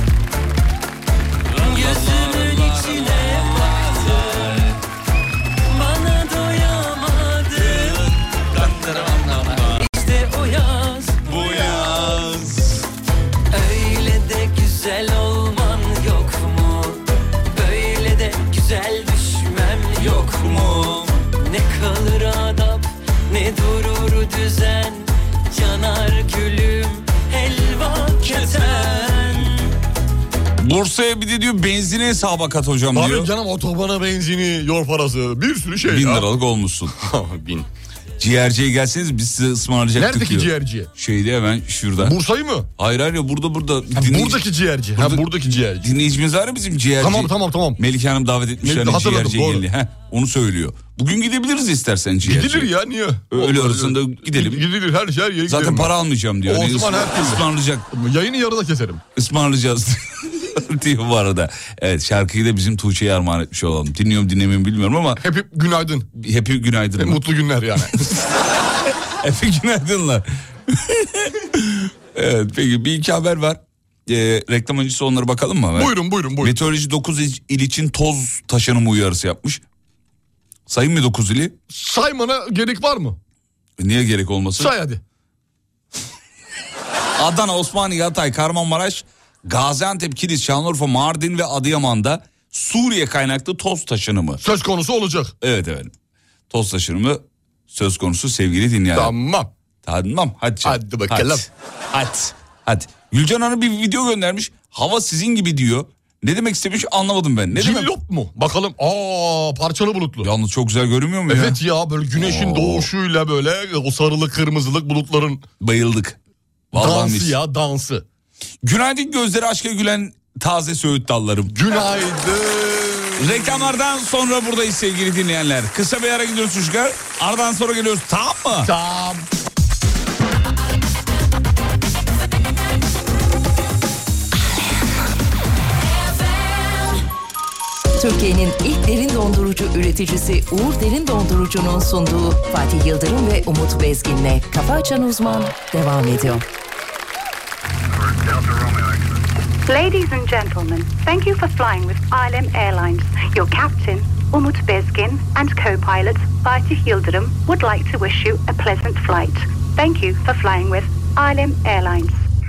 gözümün içine baktın, bana doyamadın. İşte o yaz, Bu yaz. öyle de güzel olman yok mu? Böyle de güzel düşmem yok mu? Ne kalır adap, ne durur düzen, yanar gülüm helva keten. Bursa'ya bir de diyor benzine hesaba kat hocam diyor. Abi canım otobana benzini, yol parası, bir sürü şey 1000 ya. liralık olmuşsun. 1000. Ciğerciye gelseniz biz size ısmarlayacaktık Neredeki diyor. ciğerciye? Şeyde hemen şurada. Bursa'yı mı? Hayır ya burada. Buradaki ciğerci. Buradaki ciğerci. Dinleyicimiz var ya bizim ciğerci. Tamam. Melike Hanım davet etmişler. Hatırladım, Ciğerciye doğru. geldi. Onu söylüyor. Bugün gidebiliriz istersen ciğerciye. Gidilir ya, niye? Öğle arasında gidelim. Gidilir, her yere gidelim. Zaten para almayacağım diyor. O zaman her türlü. Ismarlayacak. Yayını yarıda keserim. Ismarlayacağız diyor bu arada. Evet, şarkıyı da bizim Tuğçe'ye armağan etmiş olalım. Dinliyorum dinlemiyorum bilmiyorum ama. Hep günaydın. Hep günaydın. Mutlu günler yani. Hep günaydınlar. Evet, peki bir iki haber var. Reklam öncesi onlara bakalım mı? Buyurun. Meteoroloji 9 il için toz taşınımı uyarısı yapmış. Sayın mı 9 ili? Saymana gerek var mı? Niye gerek olmasın? Say hadi. Adana, Osmaniye, Hatay, Kahramanmaraş, Gaziantep, Kilis, Şanlıurfa, Mardin ve Adıyaman'da Suriye kaynaklı toz taşınımı. Söz konusu olacak. Evet. Toz taşınımı söz konusu sevgili dinleyenler. Tamam. Hadi bakalım. Hadi. Gülcan Hanım bir video göndermiş. Hava sizin gibi diyor. Ne demek istemiş anlamadım ben. Ne demek? Cillop mu? Bakalım. Parçalı bulutlu. Yalnız çok güzel görünmüyor mu ya? Evet ya, böyle güneşin doğuşuyla böyle o sarılı kırmızılık bulutların. Bayıldık. Vallahi mis. Dansı. Günaydın gözleri aşka gülen taze söğüt dallarım. Günaydın. Reklamlardan sonra buradayız sevgili dinleyenler. Kısa bir ara gidiyoruz çocuklar. Aradan sonra geliyoruz, tamam mı? Tamam. Türkiye'nin ilk derin dondurucu üreticisi Uğur Derin Dondurucu'nun sunduğu Fatih Yıldırım ve Umut Bezgin'le Kafa Açan Uzman devam ediyor. Ladies and gentlemen, thank you for flying with ILM Airlines. Your captain, Umut Bezgin, and co-pilot Fatih Yıldırım would like to wish you a pleasant flight. Thank you for flying with ILM Airlines.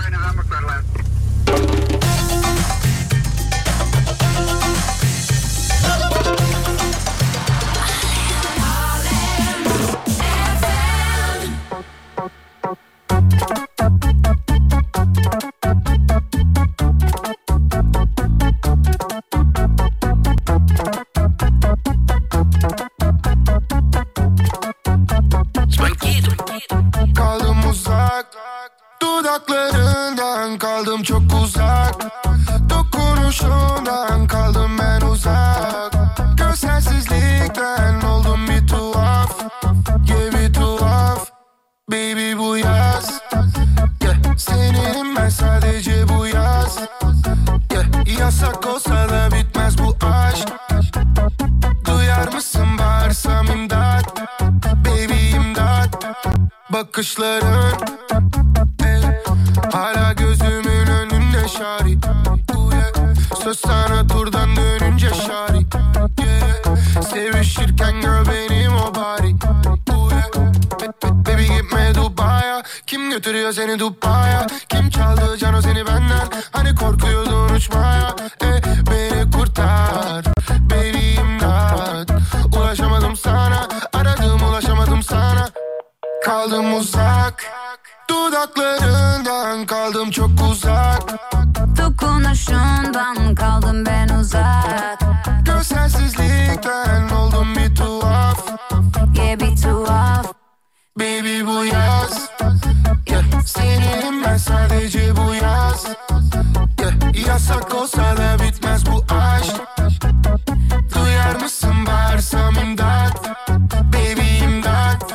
Kaldım uzak, dudaklarından kaldım çok uzak, dokunuşundan kaldım ben uzak. Görselsizlikten oldum bir tuhaf, yeah bir tuhaf. Baby bu yaz, yeah seninim ben sadece bu yaz, yeah yasak olsa da bitmez bu aşk. Duyar mısın bağırsam imdat, baby imdat. Bakışların hala gözümün önünde şari, söz sana turdan dönünce şari, sevişirken gör benim o bari. Baby gitme Dubai'ya, kim götürüyor seni Dubai'ya? Kim çaldı cano seni benden, hani korkuyordun uçmaya? Beni kurtar baby imdat. Ulaşamadım sana, aradım ulaşamadım sana. Kaldım uzak, dudaklarından kaldım çok uzak, dokunuşundan kaldım ben uzak. Görselsizlikten oldum bir tuhaf, yeah bir tuhaf. Baby bu yaz, yeah seninim ben sadece bu yaz, yeah yasak olsa da bitmez bu aşk. Duyar mısın bağırsam imdat, baby imdat.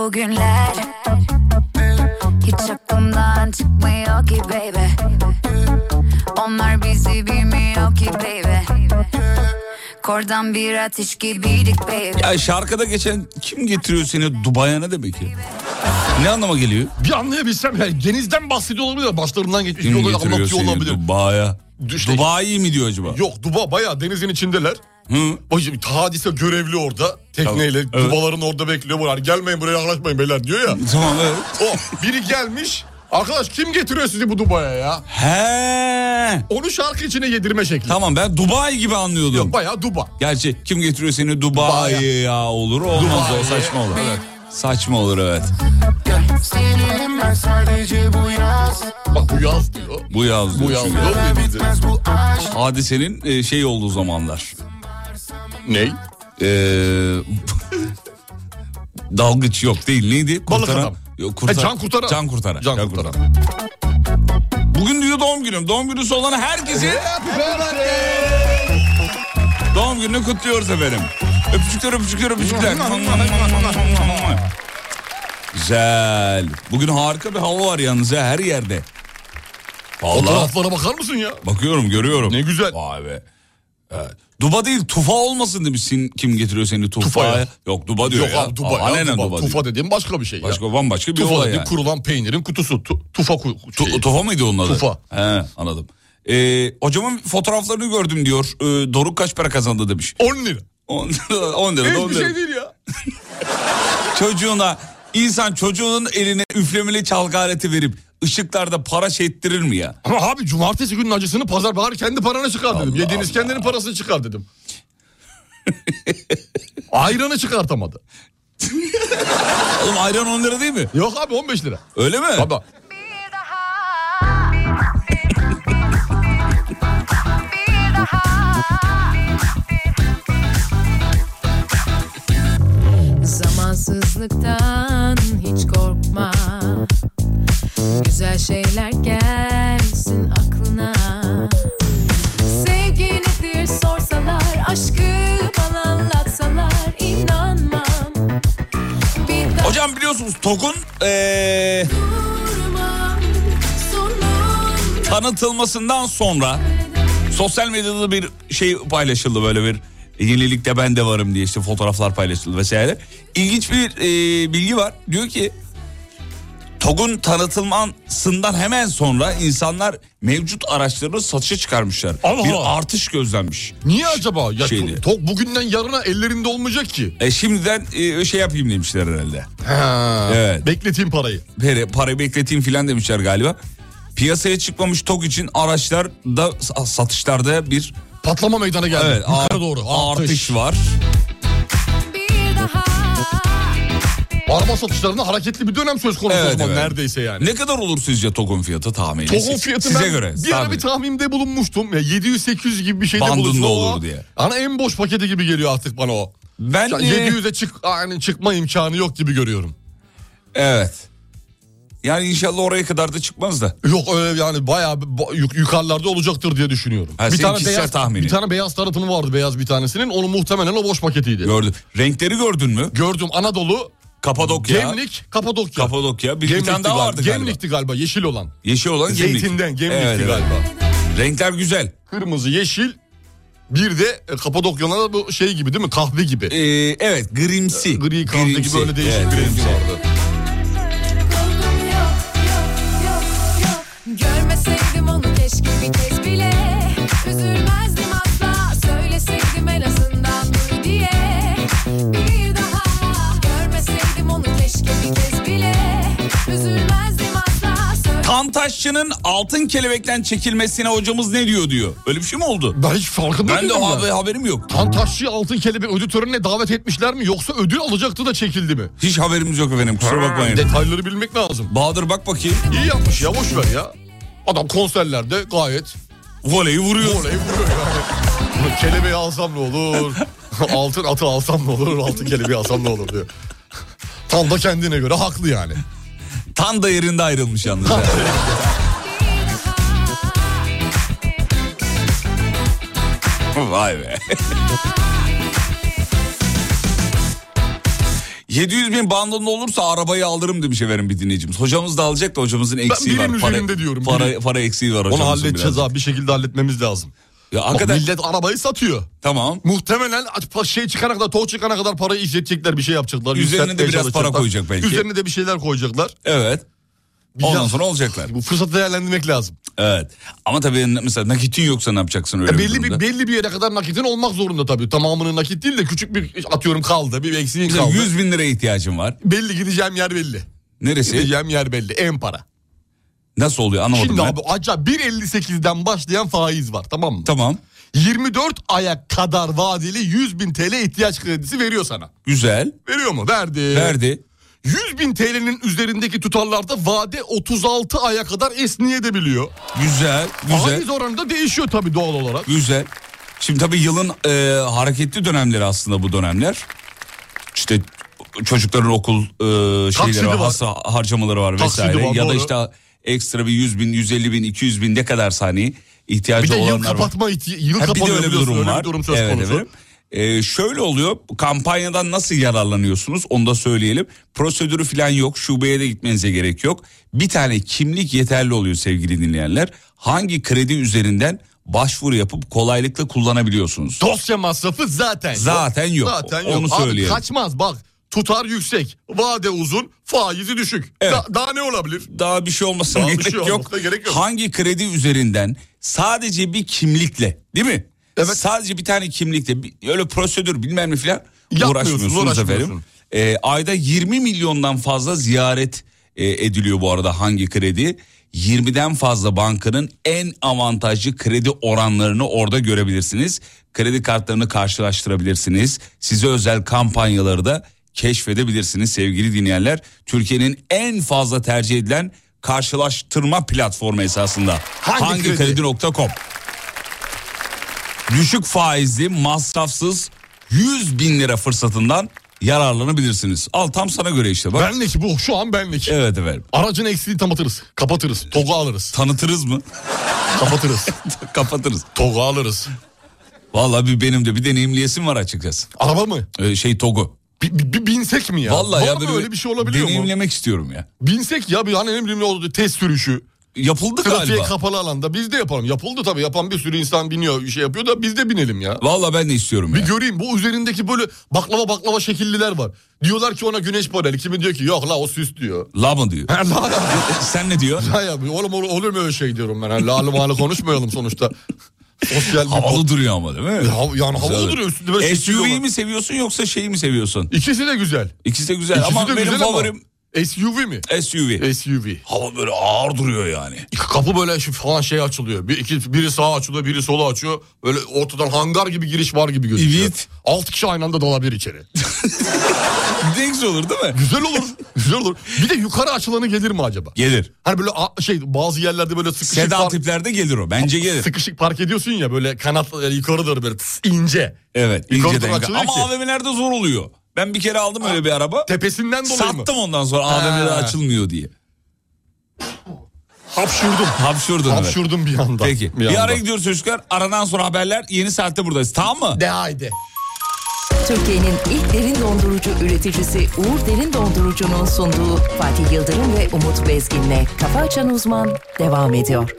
o günler. Hiç aklımdan çıkmıyor ki baby. Onlar bizi bilmiyor ki baby. Kordan bir ateş gibiydik baby. Ya şarkıda geçen kim getiriyor seni Dubai'ye ne demek ya? Ne anlama geliyor? Bir anlayabilsem yani denizden bahsediyor olabilir. Başlarından geçmiş Kim yolu getiriyor anlatıyor seni olabilir. Dubai'ye? Dubai mi diyor acaba? Yok Dubai bayağı denizin içindeler. Hadise görevli orada tekneyle tamam, evet. Dubaların orada bekliyor. Hani gelmeyin buraya yaklaşmayın beyler diyor ya. Tamam evet. O biri gelmiş. Arkadaş kim getiriyor sizi bu Dubai'ye ya? He. Onu şarkı içine yedirme şekli. Tamam ben Dubai gibi anlıyordum. Yok bayağı Dubai. Gerçi kim getiriyor seni Dubai'ye ya olur olmaz Dubai. o saçma olur. Evet. Saçma olur evet. Senin ben sadece bu yaz. Bak bu yaz diyor. Bu yaz diyor. Bu yaz çünkü. diyor. Bitmez bu aşk. Hadisenin şey olduğu zamanlar. Ney? Dalgıç yok değil neydi? Balık adam. Yok, Can kurtaran. Can kurtaran. Can kurtaran. Bugün diyor doğum günüm. Doğum günü olan herkese doğum gününü kutluyoruz efendim. Öpücükler. Güzel. Bugün harika bir hava var yalnız ya her yerde. Vallahi. Fotoğraflara bakar mısın ya? Bakıyorum görüyorum. Ne güzel. Vay be. Evet. Duba değil Tufa olmasın demişsin. Kim getiriyor seni Tufa'ya? Yok Duba diyor Yok ya. abi Duba ya. Alenen Duba. Duba Tufa dediğim başka bir şey başka, ya. bambaşka bir Tufa olay dediğim yani. kurulan peynirin kutusu. Tufa şeyi. Tufa mıydı onun adı? Tufa. He anladım. Hocamın fotoğraflarını gördüm diyor. Doruk kaç para kazandı demiş. 10 lira. 10 lira. Hiçbir şey değil ya. çocuğunun eline üflemeli çalgı aleti verip ışıklarda para ettirir mi ya? Ama abi cumartesi günün acısını pazar bari kendi paranı çıkar dedim. Allah Yediğiniz Allah. kendinin parasını çıkar dedim. Ayranı çıkartamadı. Oğlum ayran 10 lira değil mi? Yok abi 15 lira. Öyle mi? Baba. Zamansızlıktan hiç korkma. Güzel şeyler gelsin aklına. Sevgi nedir sorsalar, aşkı bana anlatsalar inanmam. Hocam biliyorsunuz TOG'un tanıtılmasından sonra sosyal medyada bir şey paylaşıldı, böyle bir yenilikte ben de varım diye işte fotoğraflar paylaşıldı vesaire. İlginç bir bilgi var. Diyor ki TOG'un tanıtılmasından hemen sonra insanlar mevcut araçlarını satışa çıkarmışlar. Allah bir Allah. artış gözlenmiş. Niye acaba? Ya Şeydi. TOG bugünden yarına ellerinde olmayacak ki. Şimdiden şey yapayım demişler herhalde. Ha, Evet. Bekleteyim parayı. Parayı bekleteyim filan demişler galiba. Piyasaya çıkmamış TOG için araçlarda satışlarda bir patlama meydana geldi. Evet, Yukarı doğru artış var. Araba satışlarında hareketli bir dönem söz konusu o zaman neredeyse yani. Ne kadar olur sizce TOG'un fiyatı tahmini? TOG'un fiyatı size ben göre. bir ara bir tahminde bulunmuştum. 700-800 gibi bir şeyde bandında bulundu. olur diye. Ana en boş paketi gibi geliyor artık bana o. Ben 700'e çıkma imkanı yok gibi görüyorum. Evet. Yani inşallah oraya kadar da çıkmaz da. Yok öyle yani bayağı yukarılarda olacaktır diye düşünüyorum. Bir tane beyaz tanıtımı vardı, beyaz bir tanesinin. Onun muhtemelen o boş paketiydi. Gördüm. Renkleri gördün mü? Gördüm. Anadolu, Kapadokya. Gemlik, Kapadokya. Kapadokya. Bir tane daha vardı galiba. Gemlik'ti galiba, yeşil olan. Yeşil olan Gemlik. Zeytinden Gemlik'ti galiba. Renkler güzel. Kırmızı, yeşil. Bir de Kapadokya'da da bu şey gibi değil mi? Kahve gibi. Evet, grimsi. Gri kahve grimsi gibi öyle değişik bir rengi vardı. Görmeseydim onu keşke bir kez bile. Üzülmezdim asla. Söyleseydim en azından dur diye. Bir daha görmeseydim onu keşke bir kez bile. Üzülmezdim asla. Kantaşçı'nın altın kelebekten çekilmesine hocamız ne diyor. Öyle bir şey mi oldu? Ben hiç farkında değilim. Ben de haberim yok. Kantaşçı'yı altın kelebek ödül törenine davet etmişler mi? Yoksa ödül alacaktı da çekildi mi? Hiç haberimiz yok efendim, kusura bakmayın. Detayları bilmek lazım. Bahadır bak bakayım. İyi yapmış ya, boş ver ya. Adam konserlerde gayet voleyi vuruyor. Voleyi vuruyor yani. Kelebeği alsam ne olur? Altın atı alsam ne olur? Altın kelebeği alsam ne olur diyor. Tam da kendine göre haklı yani. Tam da yerinde ayrılmış yalnız. Vay be. 700 bin bandında olursa arabayı alırım demiş efendim bir dinleyicimiz. Hocamız da alacak da hocamızın eksiği var. Ben birin üzerinde diyorum. Para eksiği var hocamızın. Onu halledeceğiz biraz. abi, bir şekilde halletmemiz lazım. Ya hakikaten... Millet arabayı satıyor. Tamam. Muhtemelen şey çıkana kadar, toh çıkana kadar parayı işletecekler, bir şey yapacaklar. Üzerine de biraz para koyacak belki. Üzerine de bir şeyler koyacaklar. Evet. Ondan sonra olacaklar. Bu fırsatı değerlendirmek lazım. Evet. Ama tabii mesela nakitin yoksa ne yapacaksın öyle bir durumda? Belli bir yere kadar nakitin olmak zorunda tabii. Tamamının nakit değil de küçük bir atıyorum kaldı. Bir eksiğin kaldı. 100 bin liraya ihtiyacım var. Belli, gideceğim yer belli. Neresi? Gideceğim yer belli. En para. Nasıl oluyor anlamadım Şimdi ben. abi acayip 1.58'den başlayan faiz var, tamam mı? Tamam. 24 aya kadar vadeli 100 bin TL ihtiyaç kredisi veriyor sana. Güzel. Veriyor mu? Verdi. Verdi. 100 bin TL'nin üzerindeki tutarlarda vade 36 aya kadar esniyebiliyor. Güzel. Faiz oranı da değişiyor tabii doğal olarak. Güzel. Şimdi tabii yılın hareketli dönemleri aslında bu dönemler. İşte çocukların okul şeyleri var, hasta harcamaları var vesaire. Var, ya doğru. da işte ekstra bir 100 bin, 150 bin, 200 bin ne kadar saniye ihtiyacı olanlar var. Bir de yıl kapatma, yıl kapanıyor. Bir de öyle bir durum var. Öyle bir durum söz konusu. Evet. Şöyle oluyor, kampanyadan nasıl yararlanıyorsunuz onu da söyleyelim. Prosedürü falan yok, şubeye de gitmenize gerek yok. Bir tane kimlik yeterli oluyor sevgili dinleyenler. Hangi kredi üzerinden başvuru yapıp kolaylıkla kullanabiliyorsunuz? Dosya masrafı zaten yok. Zaten yok. Onu söyleyelim. Abi kaçmaz bak. Tutar yüksek, vade uzun, faizi düşük. Evet. Daha ne olabilir? Daha bir şey olmasına gerek yok. Hangi kredi üzerinden sadece bir kimlikle, değil mi? Evet. Sadece bir tane kimlikle öyle prosedür bilmem ne falan uğraşmıyorsunuz efendim. Ayda 20 milyondan fazla ziyaret ediliyor bu arada hangi kredi? 20'den fazla bankanın en avantajlı kredi oranlarını orada görebilirsiniz. Kredi kartlarını karşılaştırabilirsiniz. Size özel kampanyaları da keşfedebilirsiniz sevgili dinleyenler. Türkiye'nin en fazla tercih edilen karşılaştırma platformu esasında. Hangikredi.com. Düşük faizli, masrafsız 100 bin lira fırsatından yararlanabilirsiniz. Al tam sana göre işte bak. Benlik bu, şu an benlik. Evet efendim. Aracın eksiğini kapatırız. Togu alırız. Tanıtırız mı? Kapatırız. Kapatırız. Togu alırız. Vallahi benim de bir deneyimliyesim var açıkçası. Araba mı? Togu. Bir binsek mi ya? Vallahi ya öyle bir şey olabiliyor mu? Deneyimlemek istiyorum ya. Binsek ya, bir hani ne bileyim ne oldu, test sürüşü. Yapıldı trafiğe galiba. Kapalı alanda biz de yapalım. Yapıldı tabii, yapan bir sürü insan biniyor, bir şey yapıyor da biz de binelim ya. Vallahi ben de istiyorum bir ya. göreyim bu üzerindeki böyle baklava şekilliler var. Diyorlar ki ona güneş paneli, kimi diyor ki yok la o süs diyor. La mı diyor? Sen ne diyor? Ya oğlum olur mu öyle şey diyorum ben. Lale male konuşmayalım sonuçta. Havalı duruyor ama değil mi? Yani havalı duruyor. Üstünde böyle SUV'yi mi seviyorsun yoksa şeyi mi seviyorsun? İkisi de güzel. İkisi de güzel ama benim favorim... SUV mi? SUV. Hava böyle ağır duruyor yani. Kapı böyle falan şey açılıyor. Biri sağa açılıyor, biri sola açıyor. Böyle ortadan hangar gibi giriş var gibi gözüküyor. Evet. 6 kişi aynı anda dalabilir içeri. Ne güzel olur değil mi? Güzel olur. Güzel olur. Bir de yukarı açılanı gelir mi acaba? Gelir. Hani böyle bazı yerlerde böyle sıkışık sedan tiplerde gelir o. Bence gelir. Sıkışık park ediyorsun ya, böyle kanat yukarı doğru böyle ince. Evet. Yukarıdan ince ama AVM'lerde zor oluyor. Ben bir kere aldım öyle bir araba. Tepesinden dolayı mı? Sattım ondan sonra AVM'de açılmıyor diye. Hapşurdum bir anda. Peki. Bir ara gidiyoruz çocuklar. Aradan sonra haberler. Yeni saatte buradayız. Tamam mı? De haydi. Türkiye'nin ilk derin dondurucu üreticisi Uğur Derin Dondurucu'nun sunduğu Fatih Yıldırım ve Umut Bezgin'le Kafa Açan Uzman devam ediyor.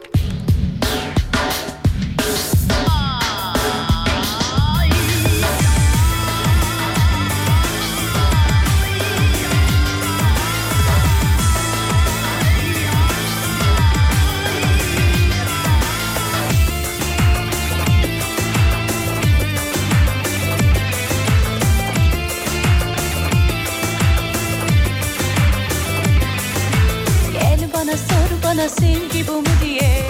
Bana sevgi bu mu diye,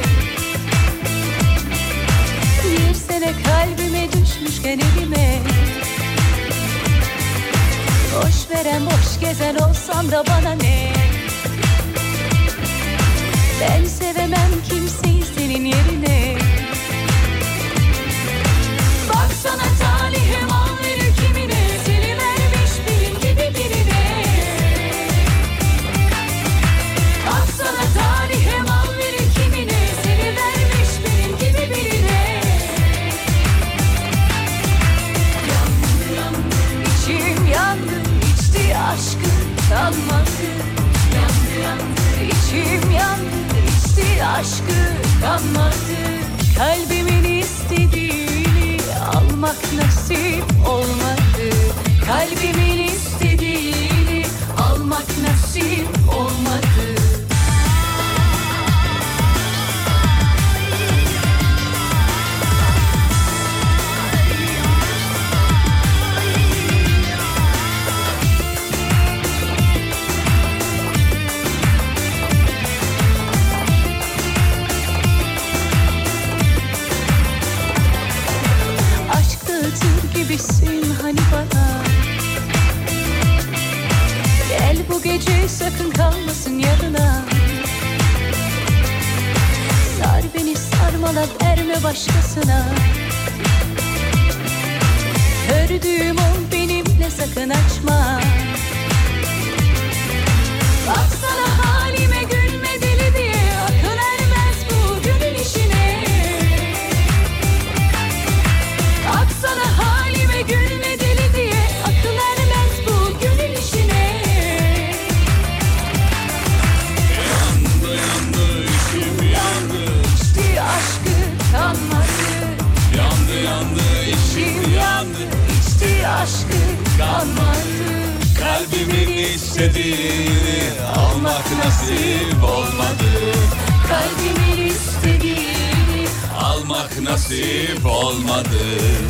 bir sene kalbime düşmüşken elime. Boş veren boş gezen olsam da bana ne? Ben sevemem kimseyi senin yerine. Baksana talihim al verir kimine, seni vermiş benim gibi birine. Baksana talihim al verir kimine, seni vermiş benim gibi birine. Yandım yandım içim yandı, içti aşk kanmadı. Kalbimin istediğini almak nasip olmadı. Kalbimin istediğini almak nasip olmadı. Gibisin hani bana. Gel bu gece sakın kalmasın yarına. Sar beni sarmala verme başkasına. Gördüğüm ol benimle sakın açma. Baksana halime gülme deli diye akıl ermez bu gönül işine. Baksana halime gülme deli diye akıl ermez bu gönül işine. Yandı yandı içim yandı. İçti aşkı kanmadı. Yandı yandı içim yandı. İçti aşkı kanmadı. Kalbimin istediğini almak nasip olmadı. Kalbimin istediğini almak nasip olmadı.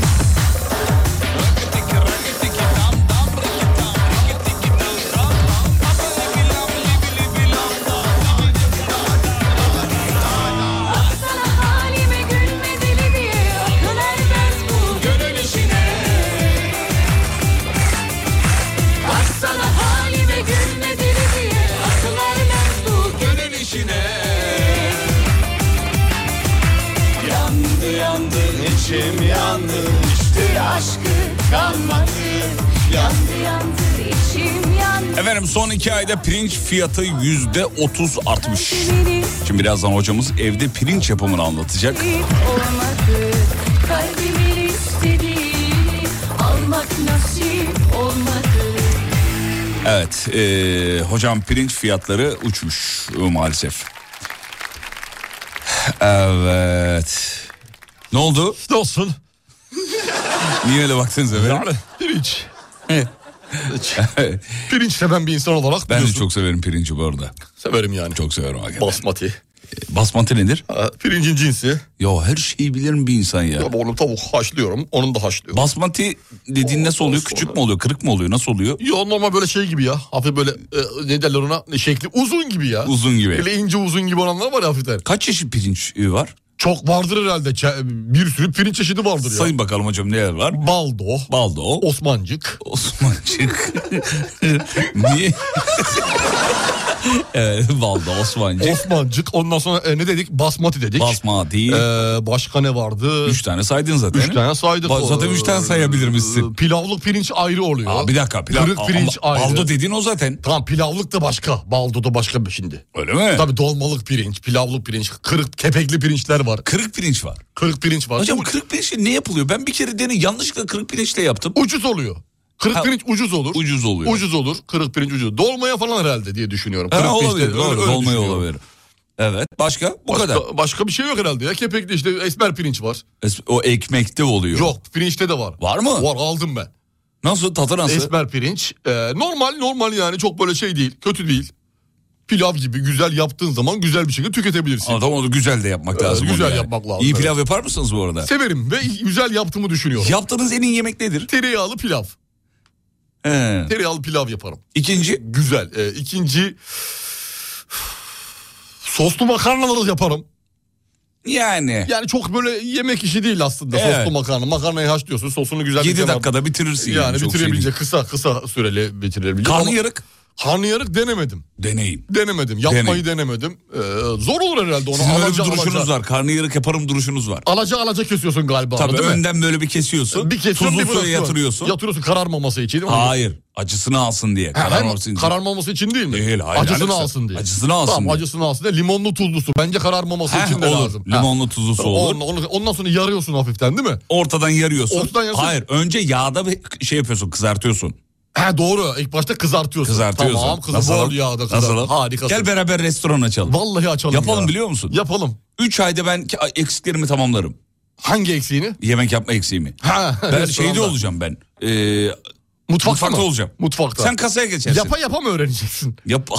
Baksana halime gülme deli diye akıl ermez bu gönül işine. Baksana halime gülme deli diye akıl ermez bu gönül işine. Yandı yandı içim yandı. İçti aşkı kanmadı. Yandı yandı içim yandı. Efendim son 2 ayda pirinç fiyatı %30 artmış. Şimdi birazdan hocamız evde pirinç yapımını anlatacak. Olmadı. Kalbimin istediğini almak nasip olmadı. Evet hocam pirinç fiyatları uçmuş maalesef. Evet. Ne oldu? Ne olsun? Niye öyle baktınız efendim? Yani pirinç. Pirinç seven bir insan olarak Ben de biliyorsun. çok severim pirinci bu arada. Severim yani. Çok severim hakikaten. Basmati. Basmati nedir? Pirincin cinsi. Ya her şeyi bilirim bir insan ya. Ya onu tavuk haşlıyorum, onu da haşlıyorum. Basmati dediğin nasıl oluyor? Küçük mü oluyor, kırık mı oluyor? Nasıl oluyor? Ya normal böyle şey gibi ya. Hafif böyle ne derler ona, şekli uzun gibi ya. Uzun gibi. Böyle ince uzun gibi olanlar var ya hafiften. Kaç çeşit pirinç var? Çok vardır herhalde. Bir sürü pirinç çeşidi vardır ya. Sayın bakalım hocam neler var? Baldo. Osmancık. Niye? Baldo, Osmancık. Ondan sonra ne dedik? Basmati dedik. Basmati. Başka ne vardı? 3 tane saydın zaten. 3 tane saydık. Zaten 3 tane sayabilir misin? Pilavlık pirinç ayrı oluyor. Bir dakika. Kırık pirinç ayrı. Baldo dediğin o zaten. Tamam, pilavlık da başka. Baldo da başka şimdi. Öyle mi? Tabii dolmalık pirinç, pilavlık pirinç, kırık kepekli pirinçler var. Kırık pirinç var. Kırık pirinç var. Hocam kırık pirinçle ne yapılıyor? Ben bir kere yanlışlıkla kırık pirinçle yaptım. Ucuz oluyor. Kırık pirinç ucuz olur. Ucuz oluyor. Ucuz olur. Kırık pirinç ucuz. Dolmaya falan herhalde diye düşünüyorum. Kırık olabilir. Doğru, dolmaya olabilir. Evet. Başka? Bu kadar. Başka bir şey yok herhalde ya. Kepekli işte esmer pirinç var. O ekmekte oluyor. Yok, pirinçte de var. Var mı? Var, aldım ben. Nasıl? Tadı nasıl? Esmer pirinç. Normal yani, çok böyle şey değil. Kötü değil. Pilav gibi güzel yaptığın zaman güzel bir şekilde tüketebilirsin. Ama onu güzel de yapmak lazım. Güzel yapmak lazım. İyi pilav yapar mısınız bu arada? Severim ve güzel yaptığımı düşünüyorum. Yaptığınız en iyi yemek nedir? Tereyağlı pilav. Tereyağlı pilav yaparım. İkinci? Güzel. İkinci soslu makarnaları yaparım. Yani çok böyle yemek işi değil aslında, evet. Soslu makarna. Makarnayı haşlıyorsun, sosunu güzel 7 dakikada bitirirsin. Yani bitirebilecek, kısa süreli bitirebilecek. Karnıyarık? Karnıyarık denemedim. Denemedim. Yapmayı denemedim. Zor olur herhalde onu. Sizin öyle bir duruşunuz var. Karnıyarık yaparım duruşunuz var. Alaca kesiyorsun galiba. Tabii değil önden mi? böyle bir kesiyorsun. Tuzlu suya yatırıyorsun. Yatırıyorsun kararmaması için. Hayır. Acısını alsın diye. Kararmaması için değil mi? Değil. Hayır, acısını alsın diye. Acısını alsın tamam, diye. Acısını alsın diye. Limonlu tuzlusu. Bence kararmaması için de olur. lazım. Limonlu tuzlusu olur. Ondan sonra yarıyorsun hafiften değil mi? Ortadan yarıyorsun. Ortadan yarıyorsun. Hayır. Önce yağda bir şey yapıyorsun. Kızartıyorsun. Ha doğru. İlk başta kızartıyorsun. Kızartıyorsun. Tamam kızım. Bol yağda kızart. Harikasın. Gel beraber restoran açalım. Vallahi açalım. Yapalım ya. biliyor musun? Yapalım. 3 ayda ben eksiklerimi tamamlarım. Hangi eksiğini? Yemek yapma eksiğimi. Ben şeyde olacağım ben. Mutfakta olacağım. Mutfakta. Sen kasaya geçersin. Yapa mı öğreneceksin?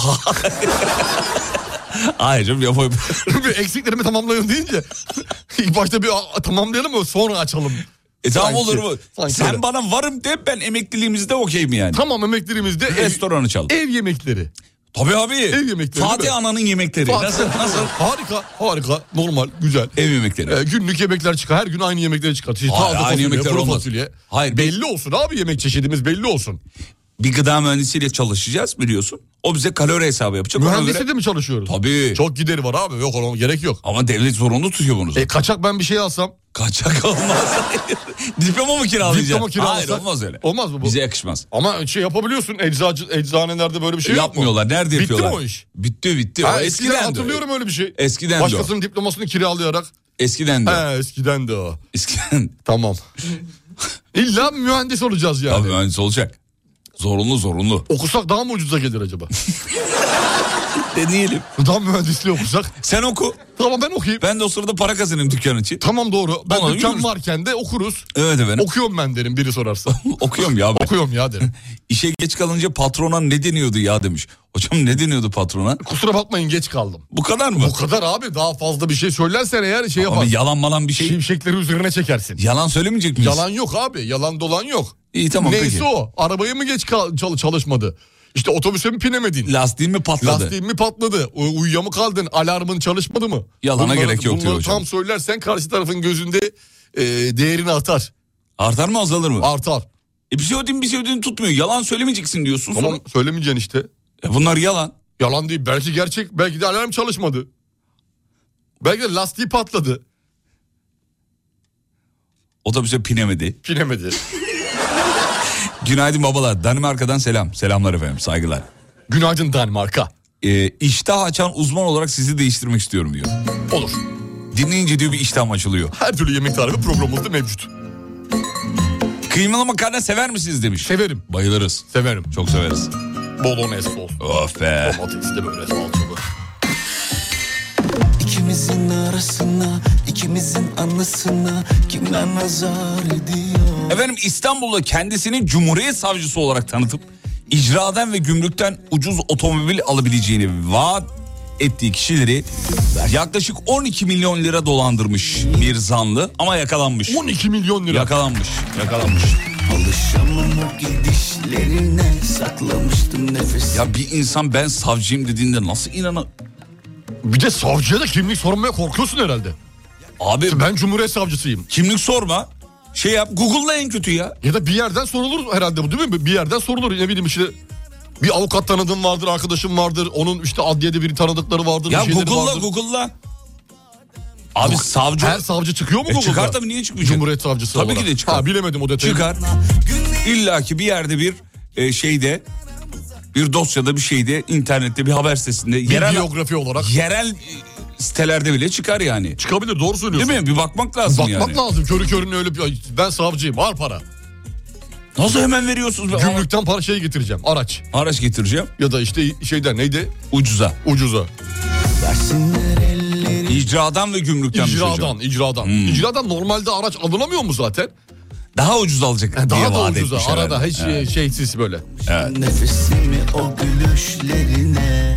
Hayır canım yapayım. Eksiklerimi tamamlayın deyince ilk başta bir tamamlayalım mı sonra açalım. Tamam olur mu? Sen öyle. bana varım de ben emekliliğimizde okeyim yani. Tamam emekliliğimizde restoran açalım. Ev yemekleri. Tabii abi. Ev yemekleri. Fatih Ana'nın yemekleri. Nasıl? Harika. Normal. Güzel. Ev yemekleri. Günlük yemekler çıkar. Her gün aynı yemekler çıkar. Hayır, aynı yemekler olmaz. Fasulye. Hayır. Belli olsun abi, yemek çeşidimiz belli olsun. Bir gıda mühendisiyle çalışacağız biliyorsun. O bize kalori hesabı yapacak. Mühendisle de mi çalışıyoruz? Tabii. Çok gideri var abi. Yok ona gerek yok. Ama devlet zorunlu tutuyor bunu. Kaçak ben bir şey alsam. Kaçak olmaz. Diploma mı kiralayacaksın? Diploma kiralasak. Hayır olmaz öyle. Olmaz mı bu? Bize yakışmaz. Ama şey yapabiliyorsun, eczanelerde böyle bir şey yapmıyorlar. Yok mu? Nerede yapıyorlar? Bitti mi o iş? Bitti. Ha, O eskiden hatırlıyorum öyle bir şey. Eskiden başkasının diplomasını kiralayarak. Eskiden de. Eskiden de o. Eskiden. Tamam. İlla mühendis olacağız yani. Tabii mühendis olacak. Zorunlu. Okusak daha mı ucuza gelir acaba? Deneyelim. Daha mühendisliği okusak. Sen oku. Tamam ben okuyayım. Ben de o sırada para kazanayım dükkan için. Tamam doğru. Ben Ona dükkan yürürüz. varken de okuruz. Evet efendim. Okuyorum ben derim biri sorarsa. Okuyorum ya ben. Okuyorum ya derim. İşe geç kalınca patrona ne deniyordu ya demiş. Hocam ne deniyordu patrona? Kusura bakmayın geç kaldım. Bu kadar mı? Bu kadar abi, daha fazla bir şey söylersen eğer şey yapar. Abi yalan malan bir şey. Şimşekleri üzerine çekersin. Yalan söylemeyecek miyiz? Yalan yok abi, yalan dolan yok. İyi tamam Neyse peki. o, arabaya mı geç çalışmadı? İşte otobüse mi binemedin? Lastiğin mi patladı? Lastiğin mi patladı? Uyuya mı kaldın? Alarmın çalışmadı mı? Yalana gerek yok diyor hocam. Tam söylersen karşı tarafın gözünde değerini atar. Artar mı azalır mı? Artar. Bir şey ödediğin tutmuyor. Yalan söylemeyeceksin diyorsun. Tamam sonra. söylemeyeceksin işte. Bunlar yalan. Yalan değil, belki gerçek, belki de alarm çalışmadı. Belki de lastiği patladı. Otobüse pinemedi. Günaydın babalar. Danimarka'dan selam. Selamlar efendim, saygılar. Günaydın Danimarka. İştah açan uzman olarak sizi değiştirmek istiyorum diyor. Olur. Dinleyince diyor bir iştahım açılıyor. Her türlü yemek tarifi programımızda mevcut. Kıymalı makarna sever misiniz demiş. Severim. Bayılırız. Severim. Çok severiz. Bolognese sos. Of be. Domates de böyle salçalı. İkimizin arasına, ikimizin anısına kimler nazar ediyor? Efendim İstanbul'da kendisini Cumhuriyet Savcısı olarak tanıtıp icradan ve gümrükten ucuz otomobil alabileceğini vaat ettiği kişileri yaklaşık 12 milyon lira dolandırmış bir zanlı ama yakalanmış. 12 milyon lira. Yakalanmış. Alışamam o gidişlerine, saklamıştım nefes. Ya bir insan ben savcıyım dediğinde nasıl inanır? Bir de savcıya da kimlik sormaya korkuyorsun herhalde. Abi ben Cumhuriyet Savcısıyım. Kimlik sorma. Şey yap, Google'la en kötü ya. Ya da bir yerden sorulur herhalde bu, değil mi? Bir yerden sorulur, ne bileyim işte. Bir avukat tanıdığım vardır, arkadaşım vardır. Onun işte adliyede bir tanıdıkları vardır. Ya bir şeyleri Google'la vardır. Google'la. Abi savcı... Her savcı çıkıyor mu Google'da? Çıkar tabii, niye çıkmayacak? Cumhuriyet Savcısı tabii olarak. ki de çıkar. Ha, bilemedim o detayı. Çıkar. İlla ki bir yerde bir şeyde, bir dosyada, bir şeyde, internette, bir haber sitesinde. Bir biyografi olarak. Yerel sitelerde bile çıkar yani. Çıkabilir, doğru söylüyorsun. Değil mi? Bir bakmak lazım yani. Bakmak lazım. Körü körüne öyle bir... Ben savcıyım, var para. Nasıl hemen veriyorsunuz? Gümrükten para şey getireceğim, araç. Araç getireceğim. Ya da işte şeyden neydi? Ucuza. İcradan ve gümrükten. İcradan. İcradan normalde araç alınamıyor mu zaten? Daha ucuz alacak diye daha da vaat ucuza. etmiş Arada herhalde. hiç şeysiz böyle. Evet. Nefesimi o gülüşlerine,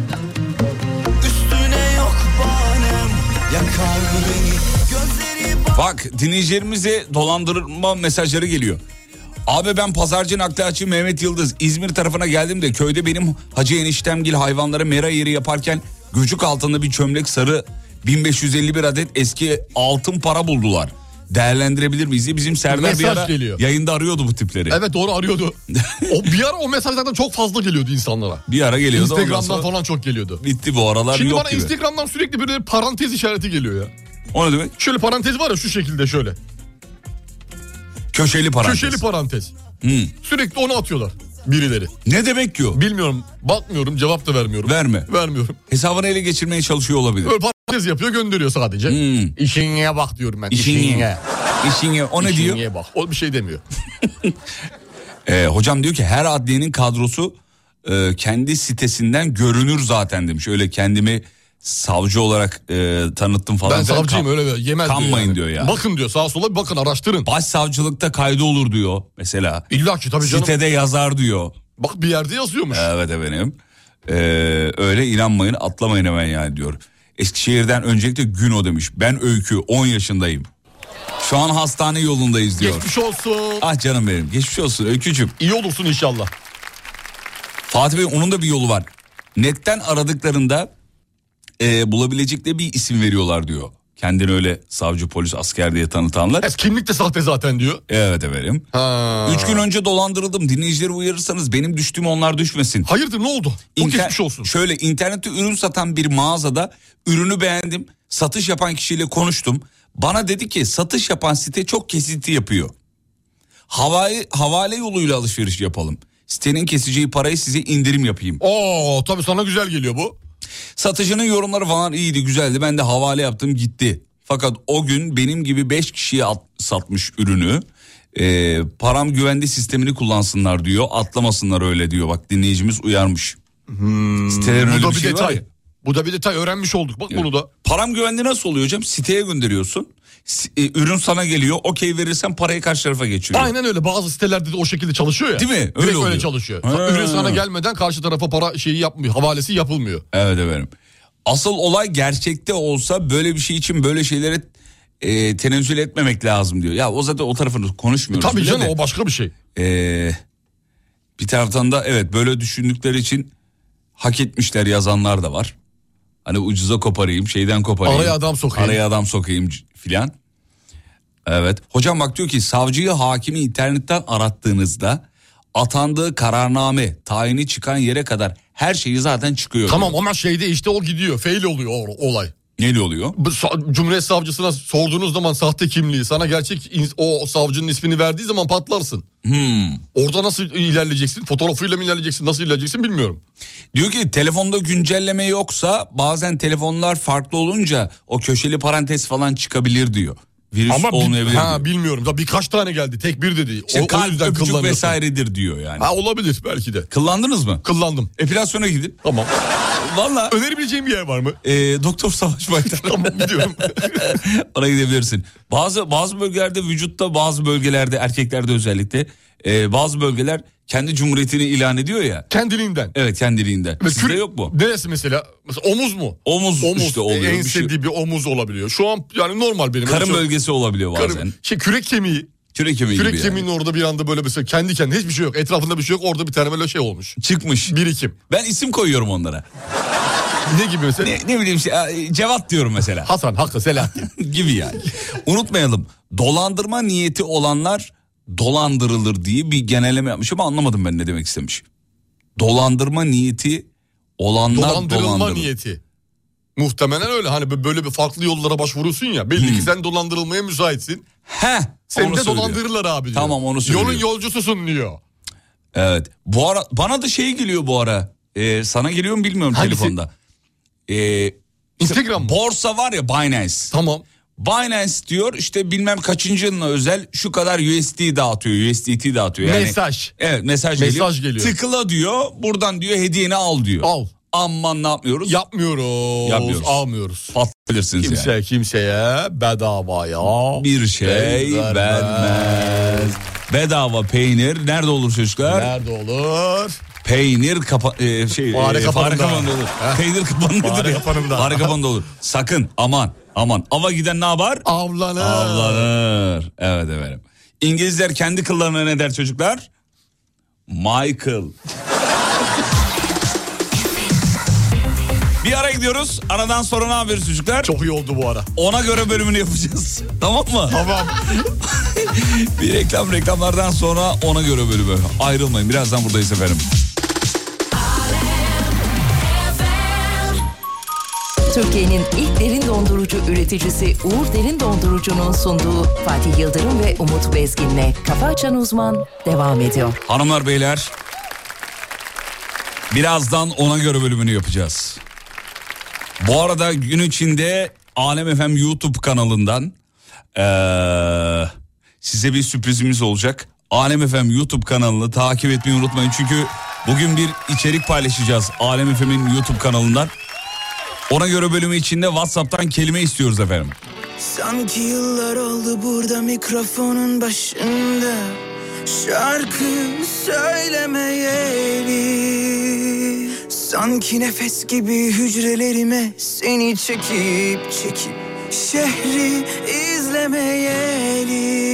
üstüne yok bahanem, yakar beni gözleri. Bak dinleyicilerimize dolandırma mesajları geliyor. Abi ben pazarcı nakliyatçı Mehmet Yıldız. İzmir tarafına geldim de köyde benim hacı eniştemgil hayvanlara mera yeri yaparken göcük altında bir çömlek sarı 1551 adet eski altın para buldular. Değerlendirebilir miyiz diye bizim Serdar Mesaj bir ara geliyor. yayında arıyordu bu tipleri. Evet doğru, arıyordu. Bir ara o mesajlardan çok fazla geliyordu insanlara. Bir ara geliyordu. Instagram'dan falan çok geliyordu. Bitti bu aralar, Şimdi yok bana gibi. Instagram'dan sürekli böyle parantez işareti geliyor ya. O ne demek? Şöyle parantez var ya, şu şekilde şöyle. Köşeli parantez. Köşeli parantez. Sürekli onu atıyorlar birileri. Ne demek ki o? Bilmiyorum, bakmıyorum, cevap da vermiyorum. Vermiyorum. Hesabını ele geçirmeye çalışıyor olabilir. Böyle parantez yapıyor, gönderiyor sadece. İşine bak diyorum ben. İşine. O ne diyor? İşine bak. O bir şey demiyor. Hocam diyor ki her adliyenin kadrosu kendi sitesinden görünür zaten demiş. Öyle kendimi savcı olarak tanıttım falan. Ben savcıyım öyle yemez kanmayın diyor ya. Bakın diyor sağa sola bir bakın araştırın. Başsavcılıkta kaydı olur diyor mesela. İlla ki tabii canım. Sitede yazar diyor. Bak bir yerde yazıyormuş. Evet efendim. Öyle inanmayın atlamayın hemen yani diyor. Eskişehir'den öncelikle Güno demiş. Ben Öykü 10 yaşındayım. Şu an hastane yolundayız diyor. Geçmiş olsun. Ah canım benim geçmiş olsun Öykücüğüm. İyi olursun inşallah. Fatih Bey onun da bir yolu var. Netten aradıklarında bulabilecekleri bir isim veriyorlar diyor. Kendini öyle savcı, polis, asker diye tanıtanlar. Kimlik de sahte zaten diyor. Evet efendim. 3 gün önce dolandırıldım. Dinleyicileri uyarırsanız benim düştüğüm onlar düşmesin. Hayırdır ne oldu? Çok geçmiş olsun. Şöyle internette ürün satan bir mağazada ürünü beğendim. Satış yapan kişiyle konuştum. Bana dedi ki satış yapan site çok kesinti yapıyor. Havale yoluyla alışveriş yapalım. Sitenin keseceği parayı size indirim yapayım. Oo tabii sana güzel geliyor bu. Satıcının yorumları falan iyiydi, güzeldi. Ben de havale yaptım gitti. Fakat o gün benim gibi 5 kişiye satmış ürünü. Param güvende sistemini kullansınlar diyor. Atlamasınlar öyle diyor. Bak dinleyicimiz uyarmış. Sitelerin öyle bir şey detay. var ya. Bu da bir detay öğrenmiş olduk bak bunu da. Param güvende nasıl oluyor hocam? Siteye gönderiyorsun. Ürün sana geliyor. Okey verirsen parayı karşı tarafa geçiriyor. Aynen öyle. Bazı sitelerde de o şekilde çalışıyor ya. Değil mi? Öyle direkt oluyor. öyle çalışıyor. Ürün sana gelmeden karşı tarafa para şeyi yapmıyor. Havalesi yapılmıyor. Evet efendim. Asıl olay gerçekte olsa böyle bir şey için böyle şeylere tenezzül etmemek lazım diyor. Ya o zaten o tarafını konuşmuyoruz. Tabii canım o başka bir şey. Bir taraftan da evet böyle düşündükleri için hak etmişler yazanlar da var. Hani ucuza koparayım, şeyden koparayım. Araya adam sokayım filan. Evet. Hocam bak diyor ki savcıyı, hakimi internetten arattığınızda atandığı kararname, tayini çıkan yere kadar her şeyi zaten çıkıyor. Tamam diyor. ama şeyde işte o gidiyor. Fail oluyor o olay. Ne oluyor? Cumhuriyet Savcısına sorduğunuz zaman sahte kimliği, sana gerçek o savcının ismini verdiği zaman patlarsın. Orada nasıl ilerleyeceksin? Fotoğrafıyla mı ilerleyeceksin? Nasıl ilerleyeceksin bilmiyorum. Diyor ki telefonda güncelleme yoksa bazen telefonlar farklı olunca o köşeli parantez falan çıkabilir diyor. Virüs olmayabilir diyor. Bilmiyorum da birkaç tane geldi. Tek bir dedi. İşte kalp, öpücük vesairedir diyor yani. Olabilir belki de. Kıllandınız mı? Kıllandım. Epilasyona gidin. Tamam. Valla. Önerebileceğim bir yer var mı? Doktor Savaş Baytar. Tamam biliyorum. Ona gidebilirsin. Bazı bölgelerde vücutta, bazı bölgelerde erkeklerde özellikle bazı bölgeler kendi cumhuriyetini ilan ediyor ya. Kendiliğinden. Evet kendiliğinden. Sizde yok mu? Neresi mesela? Mesela omuz mu? Omuz işte oluyor. En sevdiği bir omuz olabiliyor. Şu an yani normal benim. Karın bölgesi olabiliyor bazen. Kürek kemiği. Kürek kemiğinin orada bir anda böyle mesela kendi kendine hiçbir şey yok. Etrafında bir şey yok. Orada bir tane böyle şey olmuş. Çıkmış. Birikim. Ben isim koyuyorum onlara. Ne gibi mesela? Ne bileyim Cevat diyorum mesela. Hasan, Hakkı, Selahattin. gibi yani. Unutmayalım. Dolandırma niyeti olanlar dolandırılır diye bir genelleme yapmış ama anlamadım ben ne demek istemiş. Dolandırma niyeti olanlar dolandırılma niyeti. Muhtemelen öyle. Hani böyle bir farklı yollara başvurursun ya. Belli ki sen dolandırılmaya müsaitsin. Seni de dolandırırlar abi diyor. Tamam onu söylüyor. Yolun yolcususun diyor. Evet. Bu ara bana da şey geliyor bu ara. Sana geliyor mu bilmiyorum telefonda. Instagram mı? Borsa var ya Binance. Tamam. Binance diyor işte bilmem kaçıncı yılına özel şu kadar USDT dağıtıyor. Yani, mesaj. Evet mesaj geliyor. Tıkla diyor buradan diyor hediyeni al diyor. Al. Aman ne yapmıyoruz? Yapmıyoruz. Almıyoruz. Patlayabilirsiniz yani. Kimseye bedavaya bir şey vermez. Bedava peynir nerede olur çocuklar? Nerede olur? Peynir fare kapanında olur. Peynir kapanında. Fare kapanında olur. Sakın aman. Ava giden ne yapar? Avlanır. Evet efendim. İngilizler kendi kıllarına ne der çocuklar? Michael. Bir ara gidiyoruz. Aradan sonra ne yapıyoruz çocuklar? Çok iyi oldu bu ara. Ona göre bölümünü yapacağız. Tamam mı? Tamam. Bir reklamlardan sonra ona göre bölümü. Ayrılmayın. Birazdan buradayız efendim. Türkiye'nin ilk derin dondurucu üreticisi Uğur Derin Dondurucu'nun sunduğu Fatih Yıldırım ve Umut Bezgin'le Kafa Açan Uzman devam ediyor. Hanımlar beyler, birazdan ona göre bölümünü yapacağız. Bu arada gün içinde Alem FM YouTube kanalından size bir sürprizimiz olacak. Alem FM YouTube kanalını takip etmeyi unutmayın. Çünkü bugün bir içerik paylaşacağız Alem FM'in YouTube kanalından. Ona göre bölümü içinde WhatsApp'tan kelime istiyoruz efendim. Sanki yıllar oldu burada mikrofonun başında, şarkı söylemeyeli. Sanki nefes gibi hücrelerime seni çekip şehri izlemeyeli.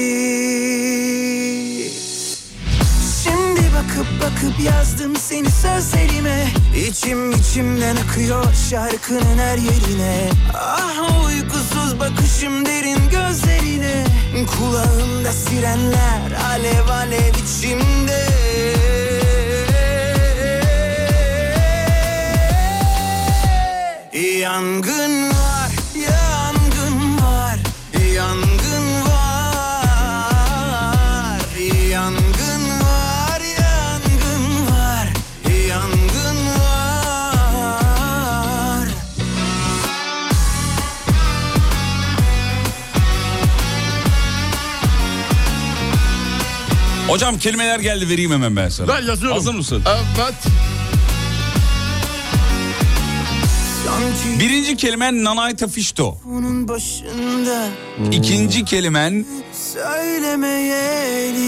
Şimdi bakıp yazdım seni sözlerime, içimden akıyor şarkının her yerine. Ah uykusuz bakışım derin gözlerine, kulağımda sirenler alev alev içimde. Yangın var, yangın var, yangın var, yangın var, yangın var, yangın var. Hocam kelimeler geldi, vereyim hemen ben sana. Ben yazıyorum. Hazır mısın? Evet. Birinci kelimen nanayta fişto. Onun başında İkinci kelimen söylemeyeli.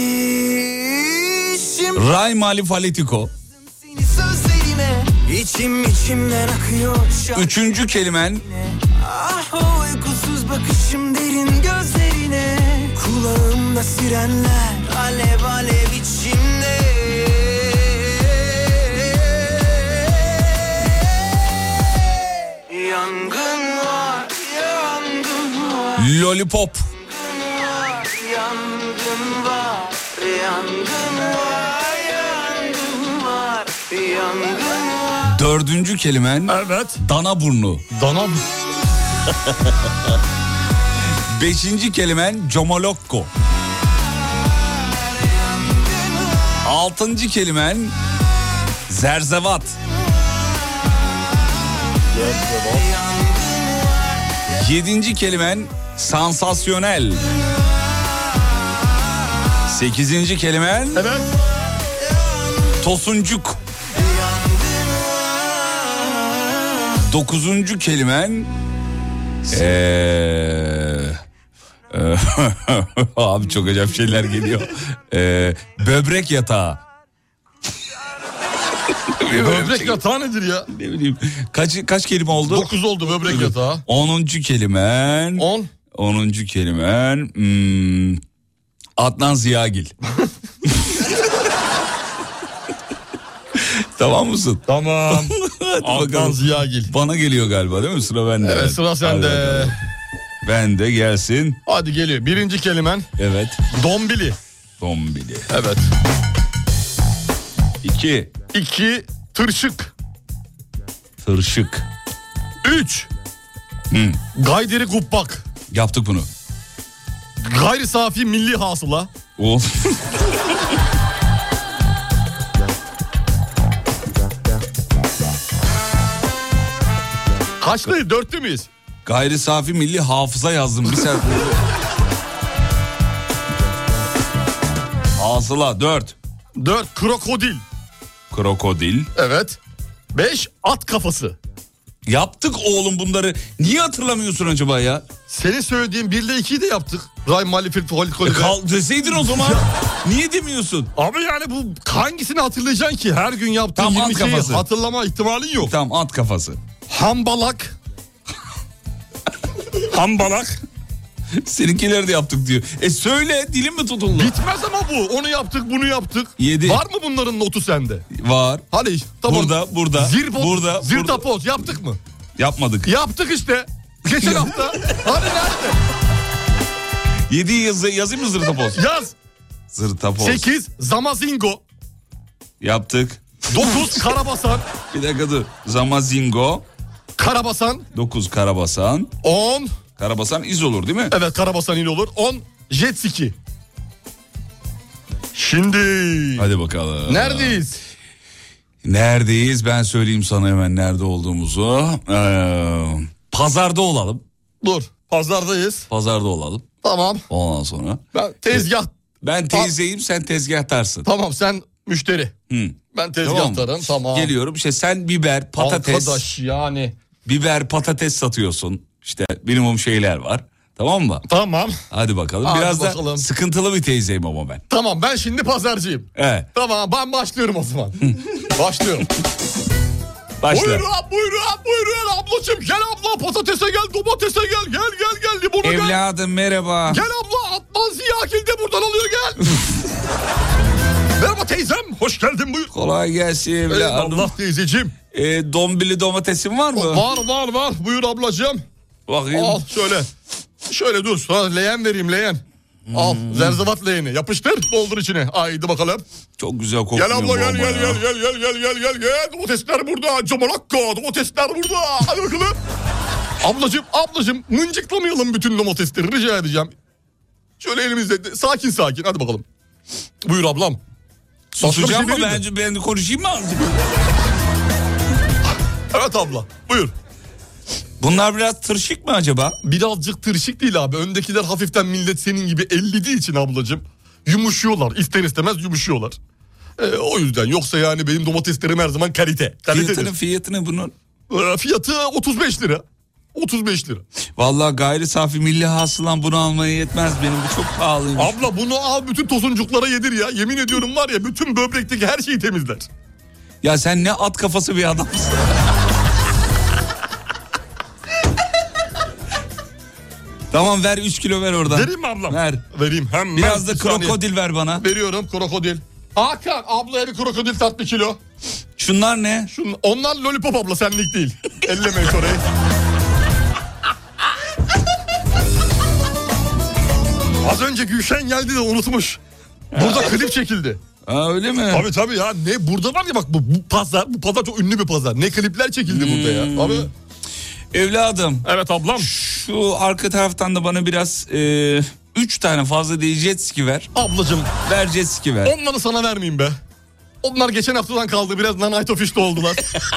ray malifalitiko. Sözlerime içimden akıyor şarkı. Üçüncü kelimen Ah o uykusuz bakışım derin gözlerine, kulağımda sirenler alev alev içimde. Yangın var, yangın var, lollipop. yangın var, yangın var, yangın var, yangın var. Dördüncü kelimen Evet. dana burnu. Dana. Beşinci kelimen comolokko. Altıncı kelimen zerzevat. Yedinci kelimen sansasyonel. Sekizinci kelimen Evet. tosuncuk. Dokuzuncu kelimen abi çok acayip şeyler geliyor. Böbrek yatağı. Böbrek yatağı nedir ya? Ne bileyim. Kaç kelime oldu? 9 oldu böbrek yatağı. 10. kelimen. 10. 10. kelimen. Adnan Ziyagil. Tamam mısın? Tamam. Hadi Adnan Ziyagil. Bana geliyor galiba değil mi? Sıra bende. Evet sıra sende. Ben de gelsin. Hadi geliyor. Birinci kelimen. Evet. Dombili. Dombili. Evet. 2. 2 tırşık. Tırşık. 3 gayderi kubbak. Yaptık bunu. Gayri safi milli hasıla. O. Kaçtayız? 4'te miyiz? Gayri safi milli hafıza yazdım bir sen. Hasıla 4. 4 krokodil. Krokodil. Evet. 5 at kafası. Yaptık oğlum bunları. Niye hatırlamıyorsun acaba ya? Senin söylediğin 1 ile 2'yi de yaptık. Ray malifil deseydin o zaman. Niye demiyorsun? Abi yani bu hangisini hatırlayacaksın ki? Her gün yaptığın Tam 20 şeyi kafası. hatırlama ihtimalin yok. Tamam at kafası. Hambalak. Hambalak. Seninkileri de yaptık diyor. Söyle dilim mi tutuldu? Bitmez ama bu. Onu yaptık bunu yaptık. 7. Var mı bunların notu sende? Var. Hadi tamam. Burada. Burada. Zirtapoz yaptık mı? Yapmadık. Yaptık işte. Geçen hafta. Hani nerede? 7'yi yazayım mı zırtapoz? Yaz. Zırtapoz. 8 zamazingo. Yaptık. 9 karabasan. Bir dakika dur. Zamazingo. Karabasan. 9 karabasan. 10. Karabasan iz olur değil mi? Evet karabasan il olur. 10 jet ski. Şimdi. Hadi bakalım. Neredeyiz? Neredeyiz? Ben söyleyeyim sana hemen nerede olduğumuzu. Pazarda olalım. Dur. Pazardayız. Pazarda olalım. Tamam. Ondan sonra. Ben tezgah Ben teyzeyim, sen tezgahtarsın. Tamam, sen müşteri. Ben tezgahtarım, tamam. Geliyorum işte, sen biber, patates. Arkadaş yani. Biber, patates satıyorsun. İşte minimum şeyler var. Tamam mı? Tamam. Hadi bakalım. Hadi Biraz bakalım. da sıkıntılı bir teyzeyim ama ben. Tamam, ben şimdi pazarcıyım. Evet. Tamam, ben başlıyorum o zaman. Başlıyorum. Başla. Buyurun ablacığım, gel abla, patatese gel, domatese gel, gel limona gel. Evladım merhaba. Gel abla, Atman Ziyakil de buradan alıyor, gel. Merhaba teyzem, hoş geldin, buyur. Kolay gelsin evladım. Allah teyzeciğim. Dombili domatesin var mı? Var, buyur ablacığım. Bakayım. Al şöyle dur, sana leğen vereyim, leğen. Al, zerzevat leğeni, yapıştır, doldur içine. Haydi bakalım. Çok güzel kokuyor. Gel abla, gel. Domatesler burada, Comalakka, domatesler burada. Hadi bakalım. Ablacığım, mıncıklamayalım bütün domatesleri, rica edeceğim. Şöyle elimizde, sakin, hadi bakalım. Buyur ablam. Susacağım mı? Ben konuşayım mı artık? Evet abla, buyur. Bunlar biraz tırşık mı acaba? Birazcık tırşık değil abi. Öndekiler hafiften millet senin gibi ellediği için ablacığım. Yumuşuyorlar. İster istemez yumuşuyorlar. O yüzden. Yoksa yani benim domateslerim her zaman kalite. Fiyatı bunun? Fiyatı 35 lira. 35 lira. Vallahi gayri safi milli hasılan bunu almaya yetmez benim. Bu çok pahalıymış. Abla bunu al, bütün tosuncuklara yedir ya. Yemin ediyorum var ya, bütün böbrekteki her şeyi temizler. Ya sen ne at kafası bir adamsın. Tamam, ver 3 kilo ver oradan. Vereyim mi ablam? Ver. Vereyim hemen. Biraz da krokodil ver bana. Veriyorum krokodil. Hakan, ablaya bir krokodil tat, 1 kilo. Şunlar ne? Onlar lollipop abla, senlik değil. Elleme hiç orayı. Az önce Gülşen geldi de unutmuş. Burada klip çekildi. Öyle mi? Tabii ya, ne burada var ya bak, bu pazar çok ünlü bir pazar. Ne klipler çekildi burada ya. Abi. Evladım. Evet ablam. Şu arka taraftan da bana biraz 3 tane fazla değil jet ski ver. Ablacığım. Ver jet ski ver. Onları sana vermeyeyim be. Onlar geçen haftadan kaldı, biraz nanayt ofişte oldular.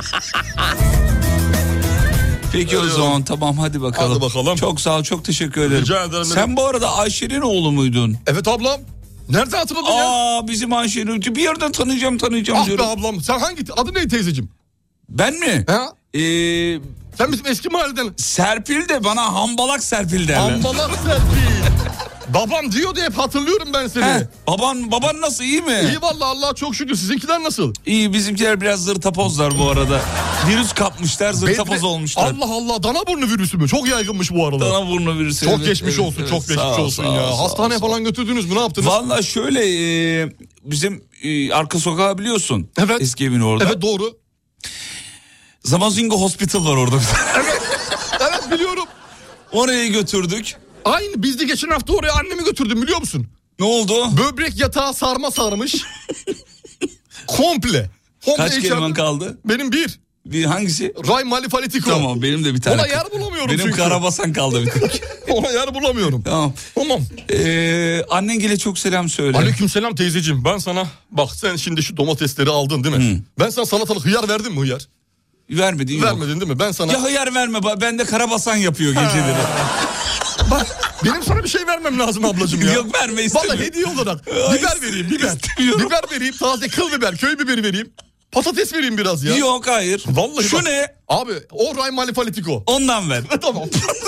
Peki o zaman tamam, hadi bakalım. Hadi bakalım. Çok sağ ol, çok teşekkür ederim. Rica ederim. Sen bu arada Ayşe'nin oğlu muydun? Evet ablam. Nereden hatırladın ya? Bizim Ayşe'nin, bir yerden tanıyacağım Ah diyorum. be ablam, sen adı ne teyzeciğim? Ben mi? Ha? Sen bizim eski mahalleden. Serpil de bana hambalak Serpil derler. Hambalak Serpil. Babam diyordu hep, hatırlıyorum ben seni. Baban nasıl, iyi mi? İyi vallahi, Allah'a çok şükür. Sizinkiler nasıl? İyi, bizimkiler biraz zırtapozlar bu arada. Virüs kapmışlar, zırtapoz olmuşlar. Allah, danaburnu virüsü mü? Çok yaygınmış bu arada. Danaburnu virüsü. Çok geçmiş olsun, çok geçmiş olsun ya. Hastaneye falan götürdünüz mü, ne yaptınız? Vallahi şöyle bizim arka sokağı biliyorsun. Evet. Eski evin orada. Evet, doğru. Zamazingo Hospital var orada. Evet biliyorum. Oraya götürdük. Aynı, biz de geçen hafta oraya annemi götürdüm, biliyor musun? Ne oldu? Böbrek yatağı sarmış. Komple. Kaç kelimen kaldı? Benim bir. Hangisi? Ray Malifalitiko. Tamam, benim de bir tane. Ona yer bulamıyorum benim çünkü. Karabasan kaldı bir tek. Ona yer bulamıyorum. Tamam. Annengile çok selam söyle. Aleykümselam teyzeciğim. Ben sana, bak sen şimdi şu domatesleri aldın değil mi? Ben sana salatalık hıyar verdim mi, hıyar? Vermedin değil mi? Ben sana... Ya hıyar verme, ben de Karabasan yapıyor geceleri. Bak, benim sana bir şey vermem lazım ablacığım ya. Yok, verme, istemiyorum. Vallahi hediye olarak. Biber vereyim, biber. Biber vereyim, taze kıl biber, köy biberi vereyim. Patates vereyim biraz ya. Yok, hayır. Vallahi şu bak. Ne? Abi o Ray Malifalitiko. Ondan ver. Tamam.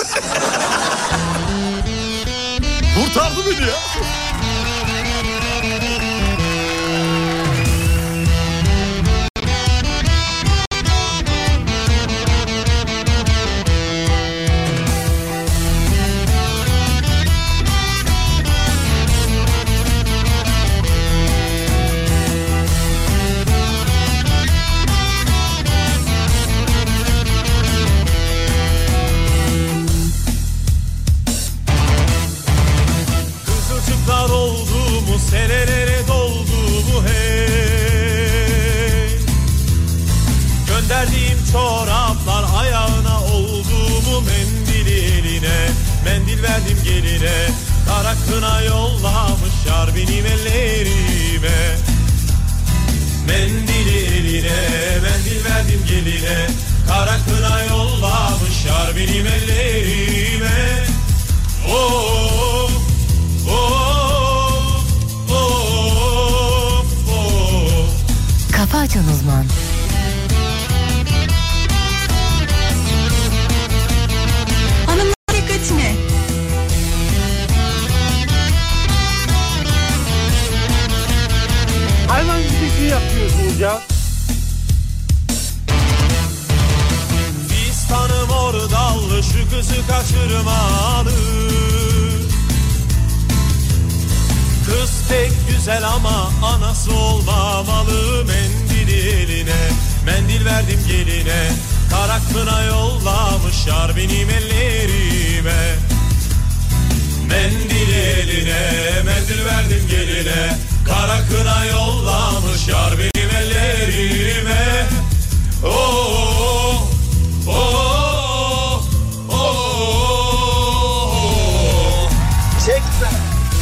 Kurtardı beni ya. Kızılcıklar oldu mu, senelere doldu mu hey? Gönderdiğim çoraplar ayağına oldu mu, mendili eline, mendil verdim geline. Kara kına yollamışlar benim ellerime. Mendili eline, mendil verdim geline. Kara kına yollamışlar benim ellerime. Oh, oh, güzel ama anası olmamalı. Mendil eline, mendil verdim geline. Kara kına yollamışlar benim ellerime. Mendil eline, mendil verdim geline. Kara kına yollamışlar benim ellerime. Oh, oh, oh, oh. Çekme.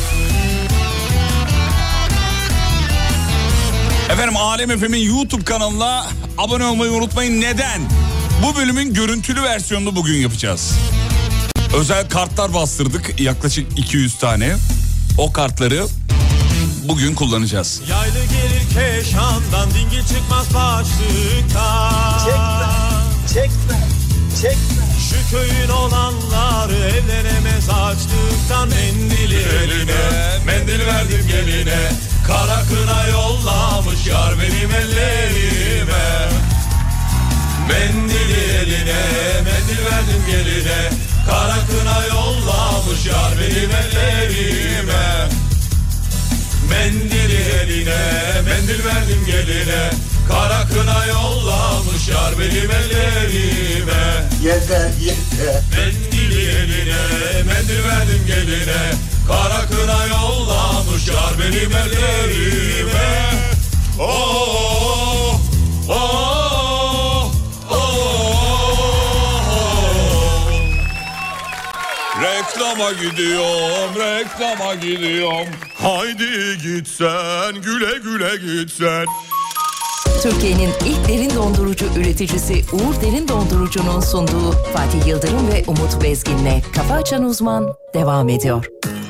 Efendim Alem FM'in YouTube kanalına abone olmayı unutmayın. Neden? Bu bölümün görüntülü versiyonunu bugün yapacağız. Özel kartlar bastırdık, yaklaşık 200 tane. O kartları bugün kullanacağız. Yaylı gelir Keşan'dan, dingil çıkmaz başlıktan. Çekme, çekme, çekme. Şu köyün olanları evlenemez açlıktan. Mendil eline, mendil verdim geline. Kara kına yollamış yar benim ellerime. Mendil eline, mendil verdim geline. Kara kına yollamış yar benim ellerime. Mendil eline, mendil verdim geline. Kara kına yollamış yar benim ellerime. Yeter, yeter. Mendil eline, mendil verdim geline. Kara kına yollamış yar benim ellerime. Oh, oh, oh, oh. Reklama gidiyorum, reklama gidiyorum. Haydi gitsen, güle güle gitsen. Türkiye'nin ilk derin dondurucu üreticisi Uğur Derin Dondurucu'nun sunduğu Fatih Yıldırım ve Umut Bezgin'le Kafa Açan Uzman devam ediyor.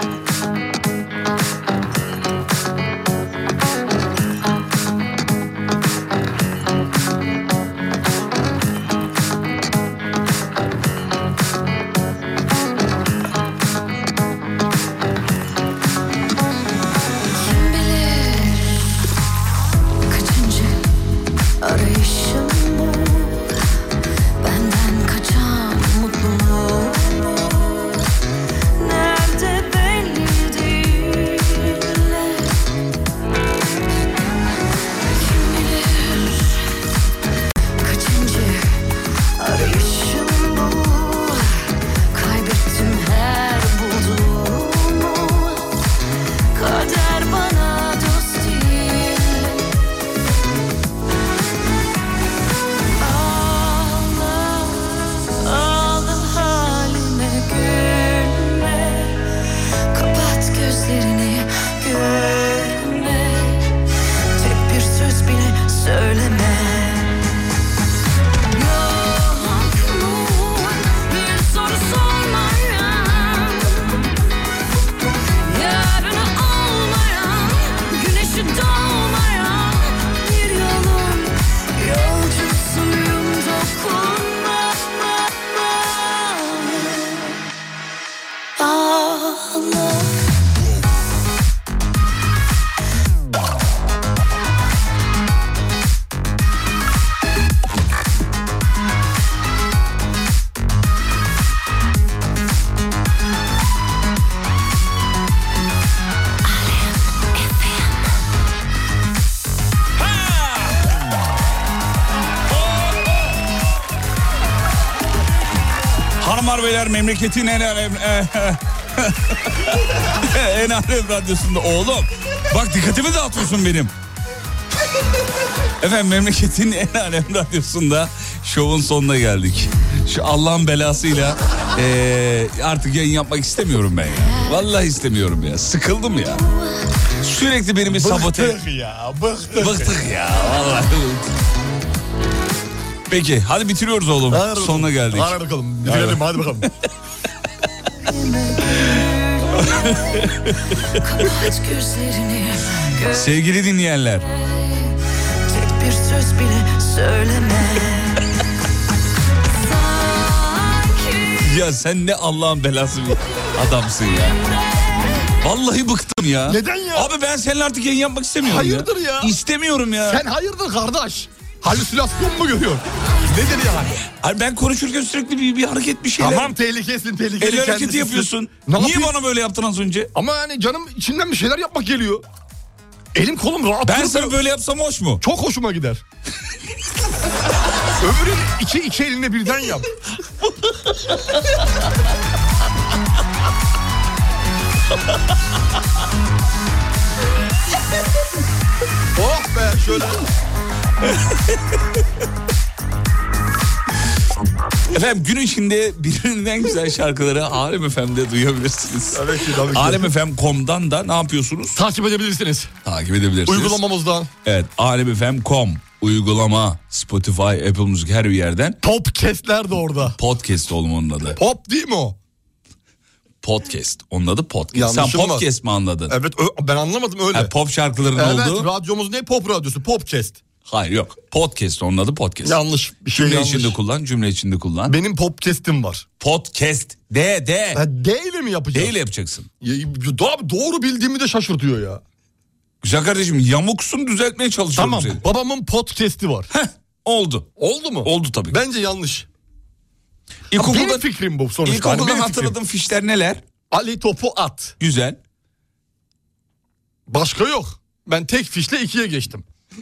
Hanımlar beyler, memleketin en alem en alem radyosunda oğlum. Bak dikkatimi dağıtıyorsun benim. Efendim memleketin en alem radyosunda şovun sonuna geldik. Şu Allah'ın belasıyla artık yayın yapmak istemiyorum ben ya. Vallahi istemiyorum ya. Sıkıldım ya. Sürekli beni bir sabote. Bıktık ya, bıktık. Bıktık ya vallahi. Peki hadi bitiriyoruz oğlum. Hadi sonuna geldik. Hadi bakalım. Bitirelim hadi bakalım. Sevgili dinleyenler. Tek bir söz bile söyleme. Ya sen ne Allah'ın belası bir adamsın ya. Vallahi bıktım ya. Neden ya? Abi ben seninle artık yayın yapmak istemiyorum. Hayırdır ya? İstemiyorum ya. Sen hayırdır kardeş? Halüsinasyon mu görüyorsun? Nedir yani? Abi ben konuşurken sürekli bir hareket bir şeyler. Tamam tehlikesin tehlikeli. El hareketi yapıyorsun. Niye bana böyle yaptın az önce? Ama yani canım içinden bir şeyler yapmak geliyor. Elim kolum rahat. Ben sana böyle yapsam hoş mu? Çok hoşuma gider. Öbürü iki eline birden yap. Oh be şöyle. Efendim gün içinde birbirinden en güzel şarkıları Alem FM'de duyabilirsiniz. Tabii ki, tabii ki. Alemfm.com'dan da ne yapıyorsunuz? Takip edebilirsiniz. Takip edebilirsiniz. Uygulamamızdan. Evet, alemfm.com uygulama, Spotify, Apple Music her bir yerden. Popcast'ler de orada. Podcast oğlum onun adı. Pop değil mi o? Podcast. Onun adı podcast. Yanlışım Sen podcast mi anladın? Evet ben anlamadım öyle. Yani pop şarkıların evet, olduğu. radyomuz ne? Pop radyosu. Popcast. Hayır yok. Podcast onun adı podcast. Yanlış. Bir şey cümle yanlış. içinde kullan. Cümle içinde kullan. Benim popcast'im var. Podcast. D. D ile mi yapacağız? D ile yapacaksın. Doğru bildiğimi de şaşırtıyor ya. Güzel kardeşim yamuksun düzeltmeye çalışıyorum tamam, seni. Babamın podcast'i var. Oldu. Oldu mu? Oldu tabii. Bence yanlış. Benim fikrim bu sonuçta. İlkokuldan hatırladığım fişler neler? Ali topu at. Güzel. Başka yok. Ben tek fişle 2'ye geçtim.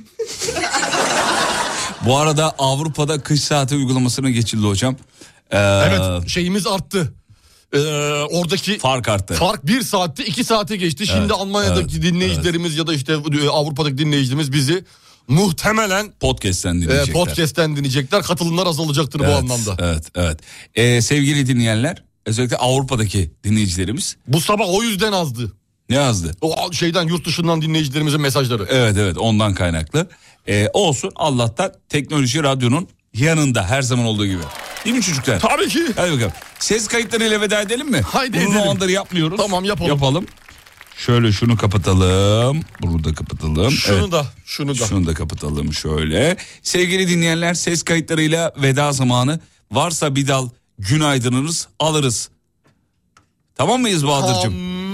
Bu arada Avrupa'da kış saati uygulamasına geçildi hocam. Evet şeyimiz arttı. Oradaki fark arttı. Fark 1 saatte 2 saate geçti. Şimdi Almanya'daki dinleyicilerimiz ya da işte Avrupa'daki dinleyicilerimiz bizi muhtemelen podcast'ten dinleyecekler. Katılımlar azalacaktır bu anlamda. Evet. Sevgili dinleyenler, özellikle Avrupa'daki dinleyicilerimiz. Bu sabah o yüzden azdı. Ne azdı? O şeyden, yurt dışından dinleyicilerimizin mesajları. Evet ondan kaynaklı. Olsun, Allah'tan teknoloji radyonun yanında her zaman olduğu gibi. Değil mi çocuklar? Tabii ki. Hadi bakalım. Ses kayıtlarıyla veda edelim mi? Haydi edelim. Uzun zamandır yapmıyoruz. Tamam yapalım. Şöyle şunu kapatalım. Bunu da kapatalım. Şunu da. Şunu da kapatalım şöyle. Sevgili dinleyenler, ses kayıtlarıyla veda zamanı. Varsa bir dal günaydınınız alırız. Tamam mıyız Bahadır'cığım?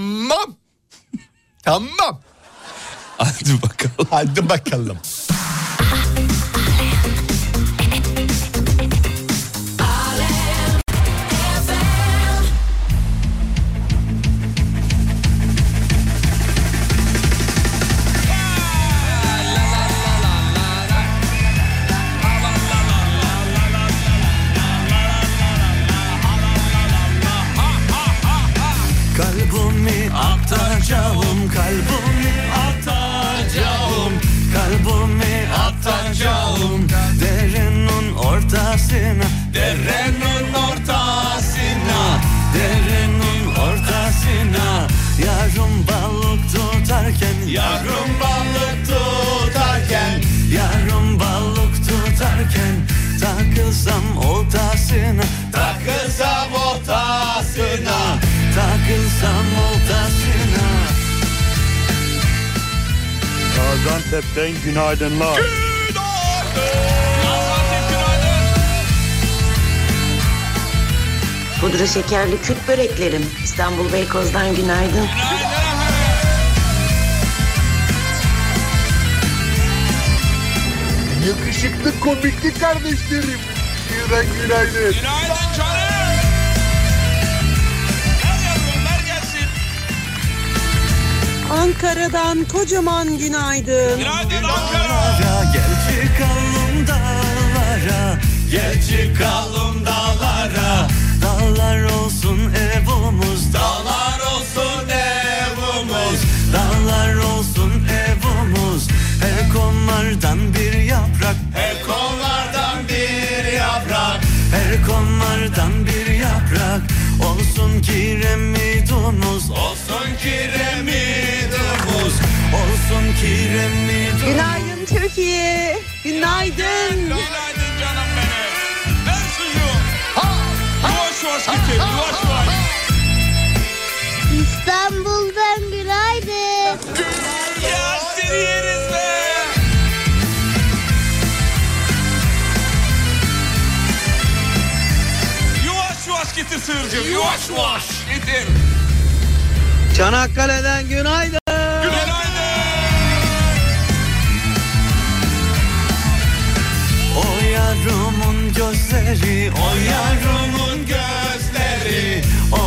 Tamam. Hadi bakalım. Kalbimi atacağım, derenin ortasına, yarım balık tutarken, takılsam oltasına. Gaziantep'ten günaydınlar. Pudra şekerli küt böreklerim. İstanbul Beykoz'dan günaydın. Yakışıklı komikli kardeşlerim. Günaydın. Günaydın canım. Ankara'dan kocaman günaydın. Günaydın Ankara. Gel çıkalım dağlara, dağlar olsun evimiz, dağlar olsun evimiz. Her konlardan bir yaprak, olsun kiremidumuz, Günaydın Türkiye. Günaydın. Günaydın canım benim. Ver suyu. Yavaş gitti. Yavaş. İstanbul'dan günaydın. Ya seni yeriz be. Yavaş getir sığırcığım. Yavaş getir. Çanakkale'den günaydın. O yarımın gözleri,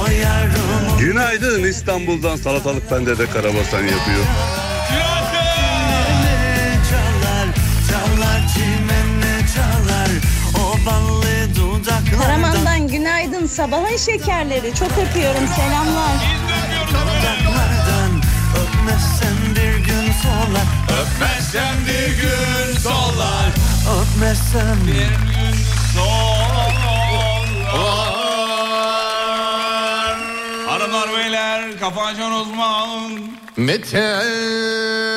Günaydın İstanbul'dan salatalık bende de karabasan yapıyor. Günaydın. ballı dudaklardan. Karaman'dan günaydın sabahın şekerleri. Çok öpüyorum, selamlar. Dudaklardan öpmezsen bir gün solar. Öpmezsen bir gün solar. Öpmezsen bir gün solar. Hanımlar beyler, Kafa Açan Uzman. Mete